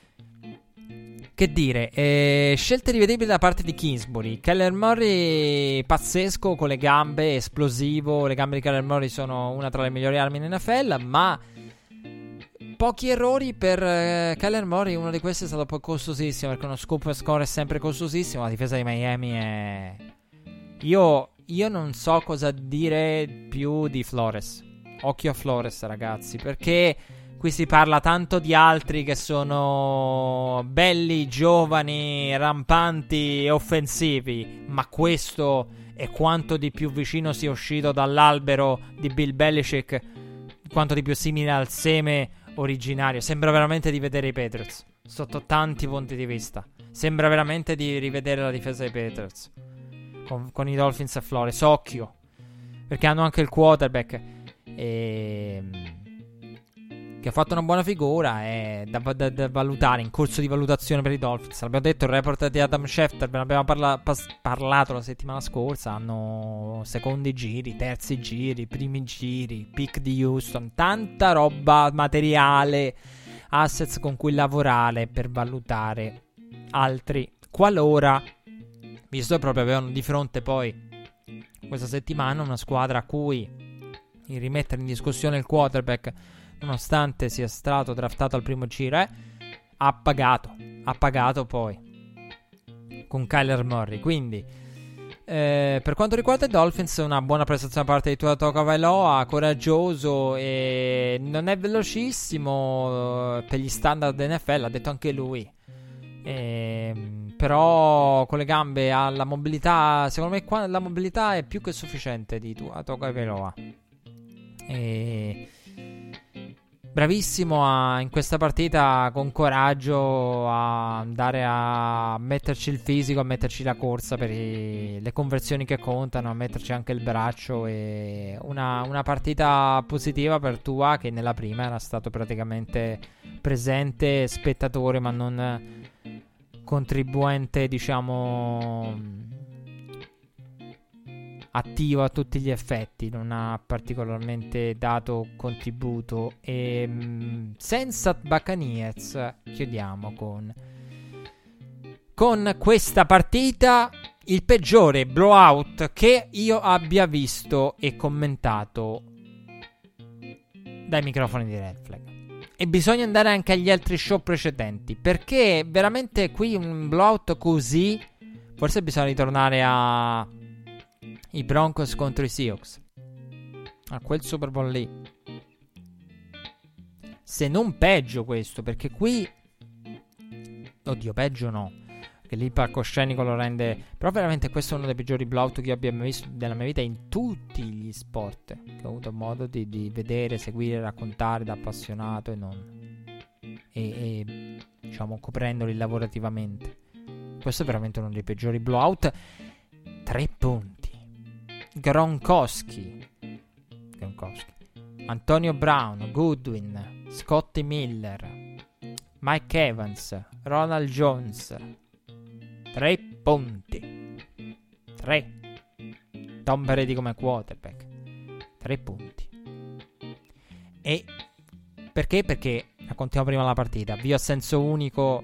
Che dire, eh, scelte rivedibili da parte di Kingsbury. Kyler Murray pazzesco con le gambe, esplosivo. Le gambe di Kyler Murray sono una tra le migliori armi in N F L, ma pochi errori per uh, Kyler Murray. Uno di questi è stato poi costosissimo, perché uno scoop score è sempre costosissimo. La difesa di Miami è... Io, io non so cosa dire più di Flores. Occhio a Flores, ragazzi, perché qui si parla tanto di altri che sono belli, giovani, rampanti e offensivi, ma questo è quanto di più vicino sia uscito dall'albero di Bill Belichick, quanto di più simile al seme originario. Sembra veramente di vedere i Patriots sotto tanti punti di vista. Sembra veramente di rivedere la difesa dei Patriots con, con i Dolphins e Flores. Occhio, perché hanno anche il quarterback e... che ha fatto una buona figura, è da, da, da valutare, in corso di valutazione per i Dolphins. L'abbiamo detto, il report di Adam Schefter, ve ne abbiamo parla, pas, parlato la settimana scorsa. Hanno secondi giri, terzi giri, primi giri, pick di Houston, tanta roba, materiale, assets con cui lavorare per valutare altri, qualora, visto che proprio avevano di fronte poi questa settimana una squadra a cui il rimettere in discussione il quarterback, nonostante sia stato draftato al primo giro, eh, ha pagato. Ha pagato poi con Kyler Murray. Quindi, eh, per quanto riguarda i Dolphins, una buona prestazione da parte di Tua Tagovailoa, coraggioso e non è velocissimo per gli standard N F L, ha detto anche lui. Eh, però con le gambe ha la mobilità. Secondo me qua la mobilità è più che sufficiente di Tua Tagovailoa. E bravissimo a, in questa partita, con coraggio, a andare a metterci il fisico, a metterci la corsa per i, le conversioni che contano, a metterci anche il braccio. E una, una partita positiva per Tua, che nella prima era stato praticamente presente, spettatore, ma non contribuente, diciamo, attivo a tutti gli effetti. Non ha particolarmente dato contributo. E mh, senza Buccaneers chiudiamo con con questa partita, il peggiore blowout che io abbia visto e commentato dai microfoni di Red Flag. E bisogna andare anche agli altri show precedenti, perché veramente qui un blowout così, forse bisogna ritornare a i Broncos contro i Seahawks, a quel Super Bowl lì, se non peggio questo, perché qui, oddio, peggio no, perché lì il palcoscenico lo rende, però veramente questo è uno dei peggiori blowout che io abbia mai visto nella mia vita, in tutti gli sport che ho avuto modo di, di vedere, seguire, raccontare da appassionato e non, e, e diciamo coprendoli lavorativamente. Questo è veramente uno dei peggiori blowout. Tre punti. Gronkowski, Gronkowski, Antonio Brown, Goodwin, Scotty Miller, Mike Evans, Ronald Jones. Tre punti. Tre. Tom Brady come quarterback. Tre punti. E perché? Perché raccontiamo prima la partita. Via a senso unico,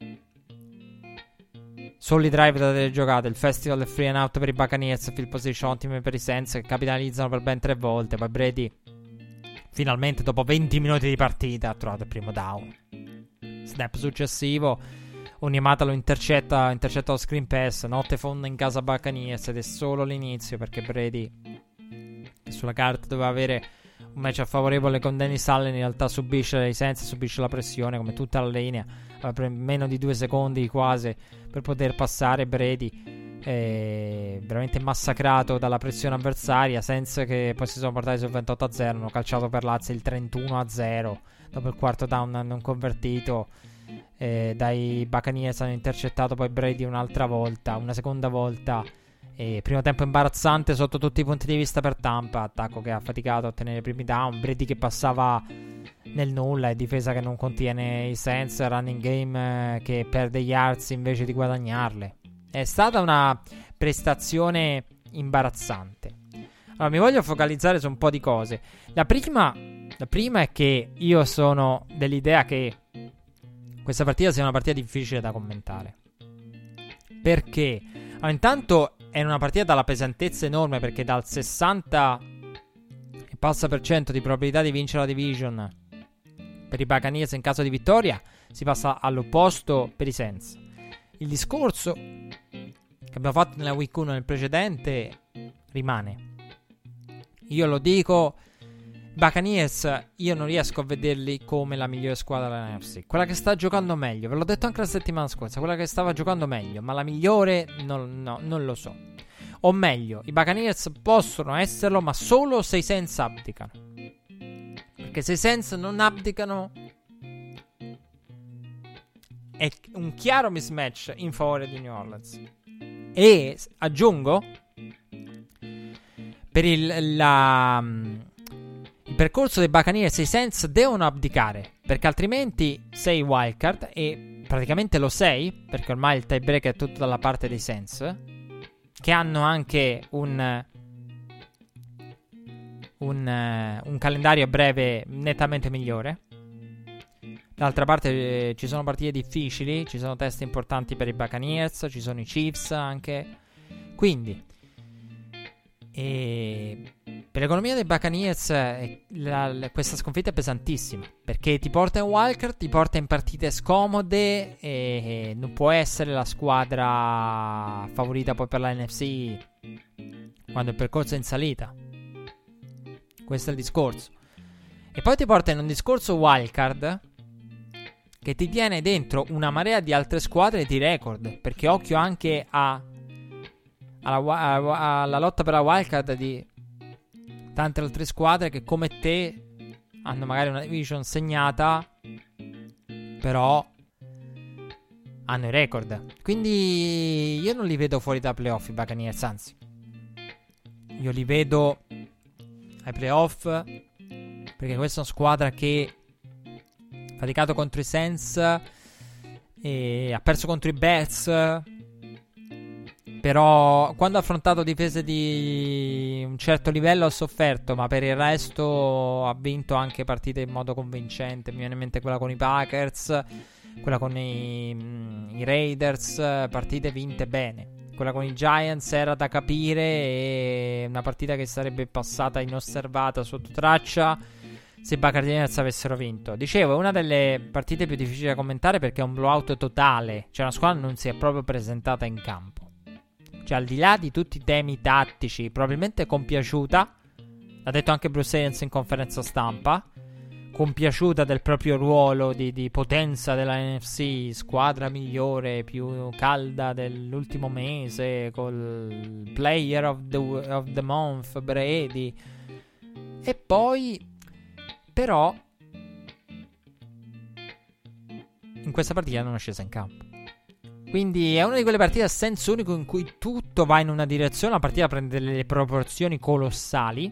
soli drive da delle giocate, il festival del free and out per i Buccaneers, field position ottime per i Saints che capitalizzano per ben tre volte. Poi Brady finalmente dopo venti minuti di partita ha trovato il primo down. Snap successivo, Onyemata lo intercetta, intercetta lo screen pass, notte fonda in casa Buccaneers, ed è solo l'inizio, perché Brady, che sulla carta doveva avere un match favorevole con Dennis Allen, in realtà subisce i Saints, subisce la pressione come tutta la linea. Per meno di due secondi quasi per poter passare. Brady è veramente massacrato dalla pressione avversaria, senza che poi si sono portati sul ventotto a zero. Hanno calciato per Lazio il trentuno a zero dopo il quarto down non convertito eh, dai Buccaneers. Hanno intercettato poi Brady un'altra volta, una seconda volta. E primo tempo imbarazzante sotto tutti i punti di vista per Tampa, attacco che ha faticato a ottenere i primi down, Brady che passava nel nulla e difesa che non contiene i Saints, running game eh, che perde yards invece di guadagnarle. È stata una prestazione imbarazzante. Allora, mi voglio focalizzare su un po' di cose. La prima, la prima è che io sono dell'idea che questa partita sia una partita difficile da commentare. Perché? Allora, intanto è una partita dalla pesantezza enorme, perché dal sessanta e passa per cento di probabilità di vincere la division per i Buccaneers in caso di vittoria, si passa all'opposto per i Saints. Il discorso che abbiamo fatto nella week uno nel precedente rimane. Io lo dico, Buccaneers io non riesco a vederli come la migliore squadra della N F C, quella che sta giocando meglio. Ve l'ho detto anche la settimana scorsa, quella che stava giocando meglio, ma la migliore non, no, non lo so. O meglio, i Buccaneers possono esserlo, ma solo se i Saints abdicano, perché se i Saints non abdicano è un chiaro mismatch in favore di New Orleans. E aggiungo, per il, la, il percorso dei Buccaneers i Saints devono abdicare, perché altrimenti sei wildcard, e praticamente lo sei, perché ormai il tiebreak è tutto dalla parte dei Saints, che hanno anche un un, un calendario a breve nettamente migliore. D'altra parte eh, ci sono partite difficili, ci sono test importanti per i Buccaneers, ci sono i Chiefs anche. Quindi e per l'economia dei Buccaneers eh, la, la, questa sconfitta è pesantissima, perché ti porta in wildcard, ti porta in partite scomode, e, e non può essere la squadra favorita poi per la N F C quando il percorso è in salita. Questo è il discorso. E poi ti porta in un discorso wildcard che ti tiene dentro una marea di altre squadre di record, perché occhio anche a alla, alla lotta per la wildcard di tante altre squadre che come te hanno magari una division segnata, però hanno i record. Quindi io non li vedo fuori da playoff i Buccaneers, anzi io li vedo ai playoff, perché questa è una squadra che ha faticato contro i Saints e ha perso contro i Bears, però quando ha affrontato difese di un certo livello ha sofferto, ma per il resto ha vinto anche partite in modo convincente. Mi viene in mente quella con i Packers, quella con i, i Raiders, partite vinte bene. Quella con i Giants era da capire, e una partita che sarebbe passata inosservata sotto traccia se i Buccaneers avessero vinto. Dicevo, è una delle partite più difficili da commentare perché è un blowout totale, cioè una squadra non si è proprio presentata in campo. Cioè, al di là di tutti i temi tattici, probabilmente compiaciuta, l'ha detto anche Bruce Arians in conferenza stampa, compiaciuta del proprio ruolo di, di potenza della N F C, squadra migliore, più calda dell'ultimo mese, col player of the, of the month, Brady. E poi, però, in questa partita non è scesa in campo. Quindi è una di quelle partite a senso unico in cui tutto va in una direzione, la partita prende delle proporzioni colossali.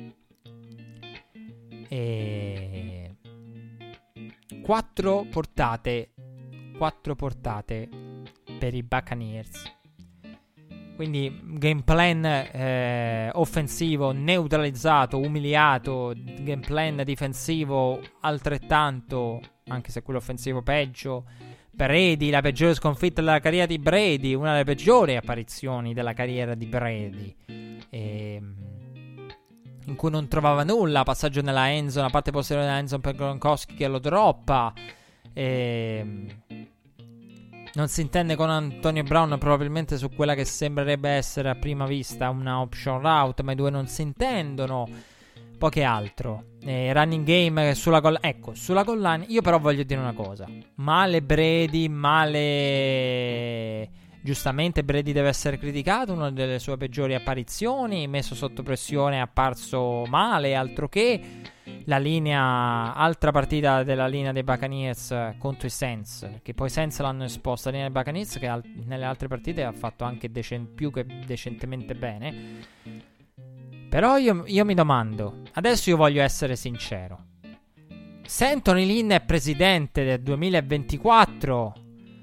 E quattro portate, quattro portate per i Buccaneers. Quindi game plan eh, offensivo neutralizzato, umiliato, game plan difensivo altrettanto, anche se quello offensivo peggio. Brady, la peggiore sconfitta della carriera di Brady, una delle peggiori apparizioni della carriera di Brady, e, in cui non trovava nulla, passaggio nella endzone, la parte posteriore della endzone per Gronkowski che lo droppa, e non si intende con Antonio Brown probabilmente su quella che sembrerebbe essere a prima vista una option route, ma i due non si intendono, poche altro. Eh, running game sulla goal, ecco, sulla goal line. Io però voglio dire una cosa: male Brady, male. Giustamente Brady deve essere criticato, una delle sue peggiori apparizioni, messo sotto pressione, è apparso male, altro che. La linea, altra partita della linea dei Buccaneers contro i Saints, che poi i Saints l'hanno esposta, la linea dei Buccaneers che al- nelle altre partite ha fatto anche decen- più che decentemente bene. Però io, io mi domando, adesso io voglio essere sincero, se Anthony Lynn è presidente del duemilaventiquattro,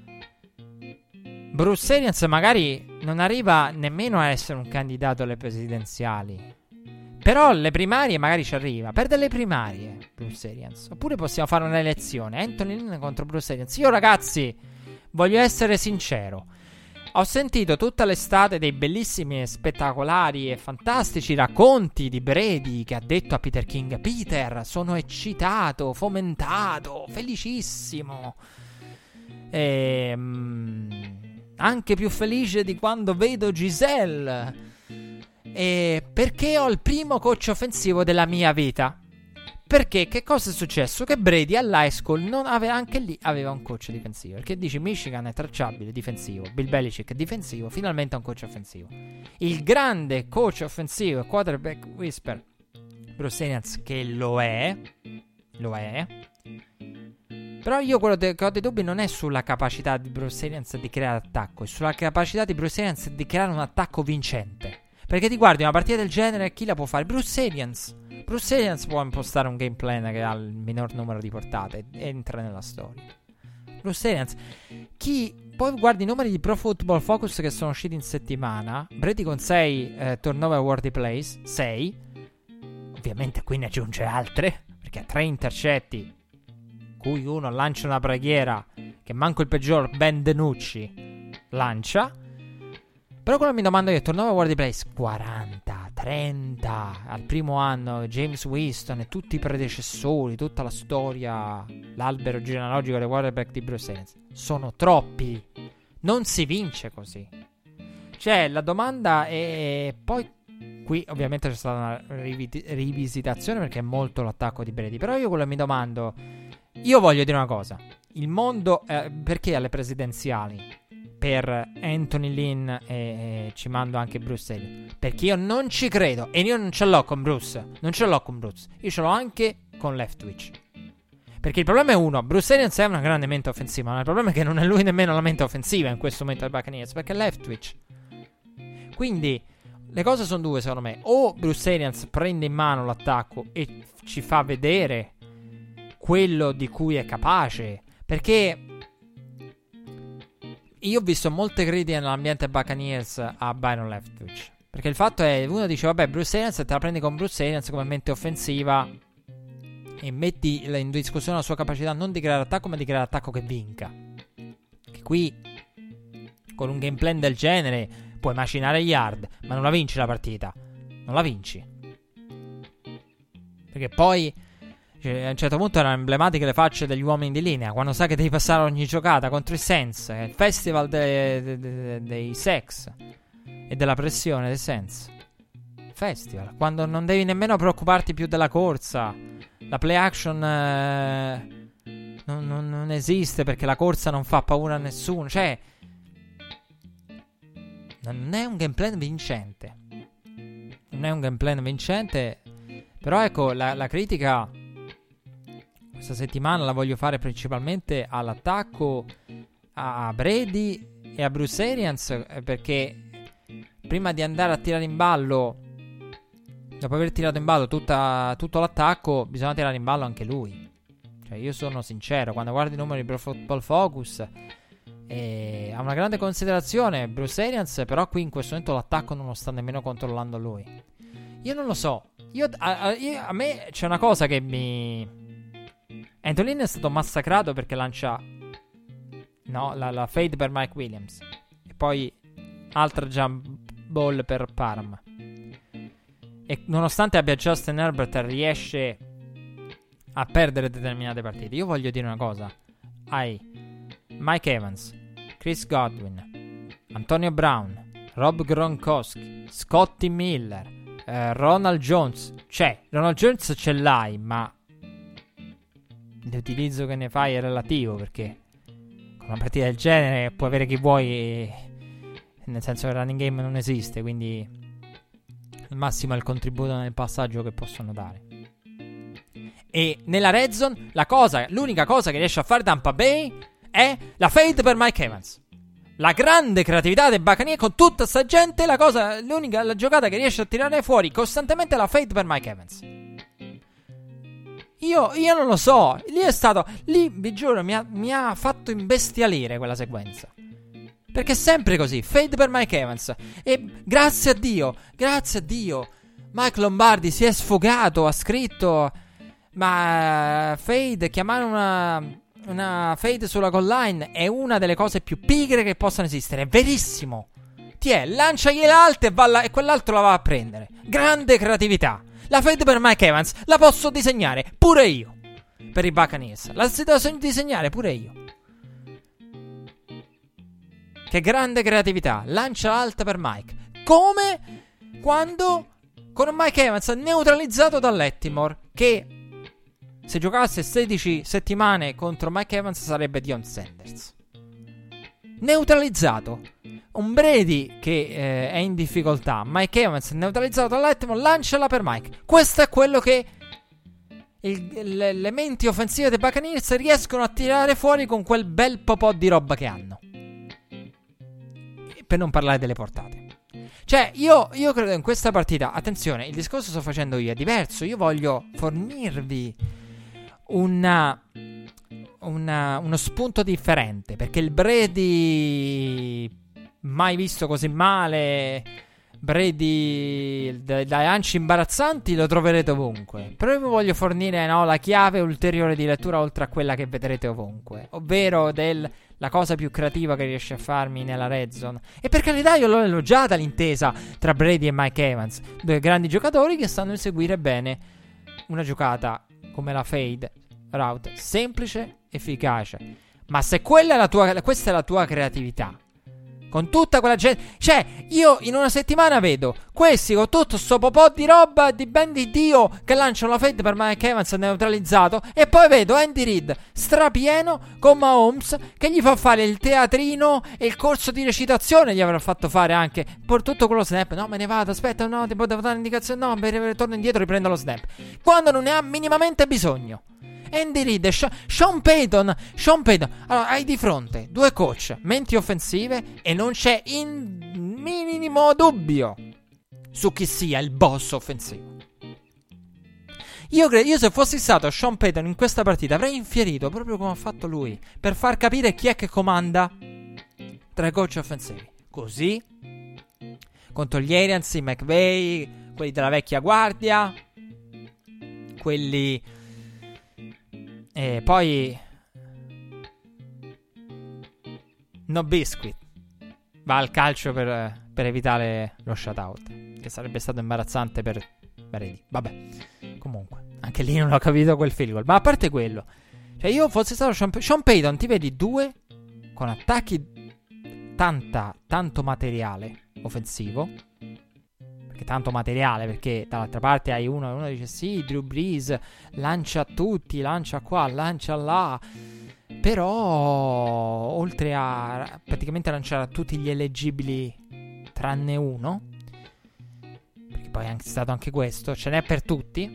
Bruce Arians magari non arriva nemmeno a essere un candidato alle presidenziali, però alle primarie magari ci arriva. Perde le primarie Bruce Arians, oppure possiamo fare un'elezione Anthony Lynn contro Bruce Arians. Io ragazzi voglio essere sincero, Ho sentito tutta l'estate dei bellissimi, spettacolari e fantastici racconti di Brady che ha detto a Peter King: Peter, sono eccitato, fomentato, felicissimo. E, mm, anche più felice di quando vedo Giselle. E perché ho il primo coach offensivo della mia vita? Perché che cosa è successo? Che Brady all'high school non aveva, anche lì aveva un coach difensivo. Perché dici Michigan è tracciabile, difensivo, Bill Belichick è difensivo, finalmente ha un coach offensivo. Il grande coach offensivo, quarterback whisper, Bruce Arians, che lo è, lo è. Però io quello de- che ho dei dubbi non è sulla capacità di Bruce Arians di creare attacco, è sulla capacità di Bruce Arians di creare un attacco vincente. Perché ti guardi una partita del genere, chi la può fare? Bruce Arians. Bruce Arians può impostare un game plan che ha il minor numero di portate e entra nella storia. Bruce Arians. Chi poi guardi i numeri di Pro Football Focus che sono usciti in settimana. Brady con sei eh, turnover worthy plays, sei. Ovviamente qui ne aggiunge altre, perché ha tre intercetti, cui uno lancia una preghiera che manco il peggior Ben DiNucci lancia. Però quello mi domando io, turnover worthy plays quaranta, trenta al primo anno, James Winston e tutti i predecessori, tutta la storia, l'albero genealogico dei quarterback di Bruce Arians. Sono troppi. Non si vince così. Cioè, la domanda è... Poi, qui ovviamente c'è stata una rivi- rivisitazione perché è molto l'attacco di Brady. Però io quello mi domando... Io voglio dire una cosa. Il mondo... Eh, perché alle presidenziali... per Anthony Lynn e, e ci mando anche Bruce Arians, perché io non ci credo e io non ce l'ho con Bruce, non ce l'ho con Bruce, io ce l'ho anche con Leftwich, perché il problema è uno, Bruce Arians è una grande mente offensiva, ma il problema è che non è lui nemmeno la mente offensiva in questo momento del Buccaneers, perché è Leftwich. Quindi le cose sono due secondo me: o Bruce Arians prende in mano l'attacco e ci fa vedere quello di cui è capace, perché io ho visto molte critiche nell'ambiente Buccaneers a Byron Leftwich, perché il fatto è, uno dice vabbè, Bruce Arians, te la prendi con Bruce Arians come mente offensiva e metti in discussione la sua capacità non di creare attacco ma di creare attacco che vinca, che qui con un game plan del genere puoi macinare yard ma non la vinci la partita, non la vinci, perché poi cioè, a un certo punto erano emblematiche le facce degli uomini di linea quando sa che devi passare ogni giocata contro i Saints, il festival de, de, de, dei sex e della pressione dei Saints, festival quando non devi nemmeno preoccuparti più della corsa, la play action eh, non, non, non esiste perché la corsa non fa paura a nessuno, cioè non è un game plan vincente, non è un game plan vincente. Però ecco, la, la critica questa settimana la voglio fare principalmente all'attacco a Brady e a Bruce Arians, perché prima di andare a tirare in ballo, dopo aver tirato in ballo tutta, tutto l'attacco, bisogna tirare in ballo anche lui. Cioè io sono sincero, quando guardo i numeri di Pro Football Focus eh, ha una grande considerazione Bruce Arians, però qui in questo momento l'attacco non lo sta nemmeno controllando lui. Io non lo so, io, a, a, io, a me c'è una cosa che mi... Anthony è stato massacrato perché lancia no, la, la fade per Mike Williams e poi altra jump ball per Parham, e nonostante abbia Justin Herbert riesce a perdere determinate partite. Io voglio dire una cosa: hai Mike Evans, Chris Godwin, Antonio Brown, Rob Gronkowski, Scotty Miller, eh, Ronald Jones. Cioè Ronald Jones ce l'hai, ma l'utilizzo che ne fai è relativo, perché con una partita del genere puoi avere chi vuoi, nel senso che il running game non esiste, quindi al massimo è il contributo nel passaggio che possono dare. E nella red zone la cosa, l'unica cosa che riesce a fare Tampa Bay è la fade per Mike Evans. La grande creatività dei Buccaneers con tutta sta gente, la cosa, l'unica la giocata che riesce a tirare fuori costantemente è la fade per Mike Evans. Io, io non lo so, lì è stato, lì vi giuro mi ha, mi ha fatto imbestialire quella sequenza, perché è sempre così, fade per Mike Evans. E grazie a Dio, grazie a Dio Mike Lombardi si è sfogato, ha scritto: ma fade, chiamare una una fade sulla goal line è una delle cose più pigre che possano esistere. È verissimo. Ti è, lanciagli l'alta e, va là, e quell'altro la va a prendere. Grande creatività. La fade per Mike Evans la posso disegnare pure io. Per i Buccaneers la devo disegnare pure io. Che grande creatività. Lancia alta per Mike. Come quando con Mike Evans neutralizzato da Lattimore, che se giocasse sedici settimane contro Mike Evans sarebbe Deion Sanders. Neutralizzato. Un Brady che eh, è in difficoltà. Mike Evans neutralizzato da Lattimore, lanciala per Mike. Questo è quello che il, le, le menti offensive dei Buccaneers riescono a tirare fuori con quel bel po' di roba che hanno. Per non parlare delle portate. Cioè, io, io credo in questa partita, attenzione, il discorso che sto facendo io è diverso. Io voglio fornirvi una, una, uno spunto differente, perché il Brady mai visto così male, Brady dai, dai lanci imbarazzanti lo troverete ovunque. Però io vi voglio fornire, no, la chiave ulteriore di lettura oltre a quella che vedrete ovunque, ovvero del la cosa più creativa che riesce a farmi nella red zone. E per carità io l'ho elogiata l'intesa tra Brady e Mike Evans, due grandi giocatori che sanno eseguire bene una giocata come la fade route, semplice, efficace. Ma se quella è la tua, questa è la tua creatività, con tutta quella gente, cioè io in una settimana vedo questi con tutto sto popò di roba di ben di Dio che lanciano la fade per Mike Evans neutralizzato, e poi vedo Andy Reid strapieno con Mahomes che gli fa fare il teatrino e il corso di recitazione gli avrà fatto fare anche per tutto quello snap. No, me ne vado, aspetta, no, ti devo dare un'indicazione, no, torno indietro, riprendo lo snap quando non ne ha minimamente bisogno. Andy Reid, Sha- Sean Payton, Sean Payton. Allora, hai di fronte due coach, menti offensive, e non c'è in minimo dubbio su chi sia il boss offensivo. Io credo, io se fossi stato Sean Payton in questa partita avrei infierito proprio come ha fatto lui, per far capire chi è che comanda tra i coach offensivi. Così, contro gli Arians, i McVay, quelli della vecchia guardia, quelli... E poi No Biscuit va al calcio per, per evitare lo shutout, che sarebbe stato imbarazzante per Brady. Vabbè, comunque anche lì non ho capito quel field goal. Ma a parte quello, cioè io fossi stato Sean, Sean Payton, ti vedi due con attacchi tanta, tanto materiale offensivo, tanto materiale, perché dall'altra parte hai uno e uno dice sì, Drew Brees lancia a tutti, lancia qua, lancia là, però oltre a praticamente lanciare a tutti gli eleggibili tranne uno, perché poi è stato anche questo, ce n'è per tutti,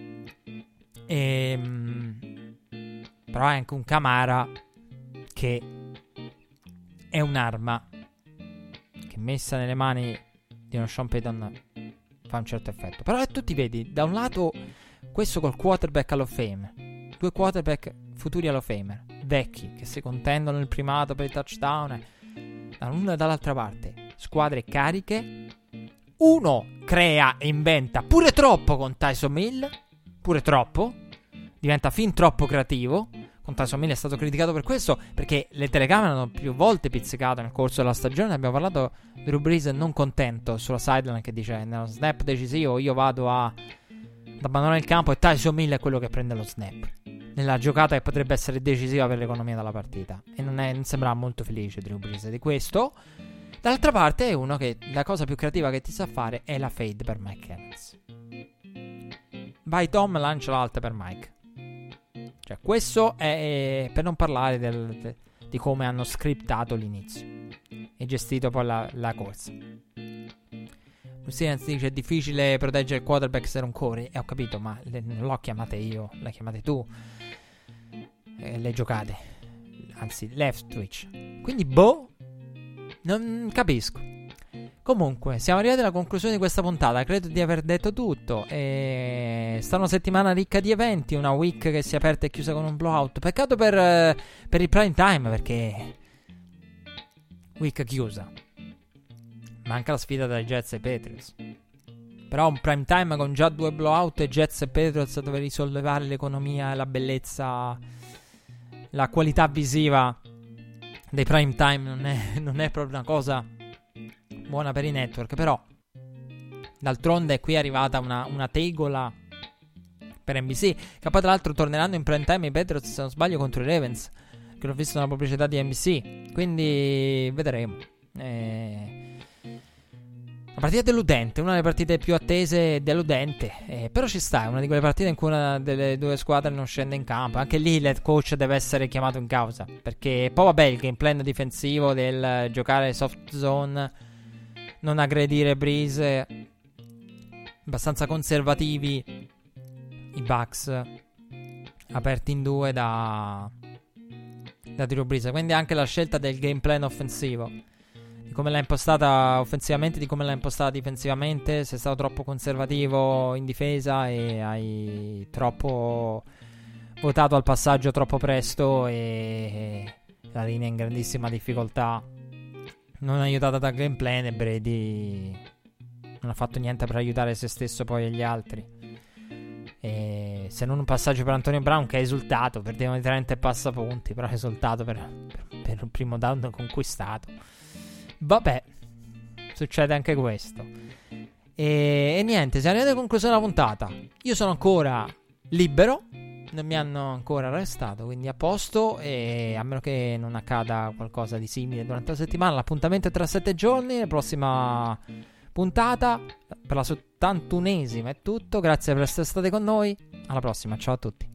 e, però è anche un Camara che è un'arma che messa nelle mani di uno Sean Payton fa un certo effetto. Però tu ti vedi da un lato questo col quarterback Hall of Fame, due quarterback futuri Hall of Famer vecchi che si contendono il primato per il touchdown, da una e dall'altra parte squadre cariche. Uno crea e inventa pure troppo con Tyson Hill, pure troppo, diventa fin troppo creativo. Con Tyson Hill è stato criticato per questo, perché le telecamere hanno più volte pizzicato nel corso della stagione. Abbiamo parlato di Drew Brees non contento sulla sideline, che dice nello snap decisivo io vado a ad abbandonare il campo e Tyson Hill è quello che prende lo snap nella giocata che potrebbe essere decisiva per l'economia della partita. E non, è, non sembra molto felice Drew Brees di questo. Dall'altra parte è uno che la cosa più creativa che ti sa fare è la fade per Mike Evans. Vai Tom, lancia l'alta per Mike. Cioè questo è, per non parlare del, de, di come hanno scriptato l'inizio e gestito poi la, la corsa. Lucians dice è difficile proteggere il quarterback se non corri, e ho capito, ma le, non l'ho chiamate io, la chiamate tu, e le giocate, anzi left twitch, quindi boh, non capisco. Comunque, siamo arrivati alla conclusione di questa puntata. Credo di aver detto tutto. E sta una settimana ricca di eventi. Una week che si è aperta e chiusa con un blowout. Peccato per, per il prime time, perché week chiusa. Manca la sfida tra i Jets e i Patriots. Però un prime time con già due blowout e Jets e Patriots dove risollevare l'economia e la bellezza la qualità visiva dei prime time non è, non è proprio una cosa buona per i network. Però d'altronde qui è arrivata una, una tegola per N B C, che poi tra l'altro torneranno in prime time i Patriots, se non sbaglio, contro i Ravens, che l'ho visto nella pubblicità di N B C, quindi vedremo. eh... Una partita deludente, una delle partite più attese deludente, eh, però ci sta, è una di quelle partite in cui una delle due squadre non scende in campo. Anche lì l'head coach deve essere chiamato in causa, perché poi vabbè, il game plan difensivo del giocare soft zone, non aggredire Breeze, abbastanza conservativi i Bucks, aperti in due da da Drew Brees. Quindi anche la scelta del game plan offensivo, di come l'ha impostata offensivamente, di come l'ha impostata difensivamente. Sei stato troppo conservativo in difesa e hai troppo votato al passaggio troppo presto, e la linea in grandissima difficoltà, non aiutata dal game plan, e Brady non ha fatto niente per aiutare se stesso poi e gli altri. E se non un passaggio per Antonio Brown, che ha esultato, perdevano di trenta e passa punti, però ha esultato per, per, per un primo down conquistato. Vabbè, succede anche questo. E, e niente, siamo arrivati alla conclusione della puntata. Io sono ancora libero, non mi hanno ancora arrestato, quindi a posto. E a meno che non accada qualcosa di simile durante la settimana, l'appuntamento è tra sette giorni. La prossima puntata, per la settantunesima, è tutto. Grazie per essere stati con noi. Alla prossima, ciao a tutti.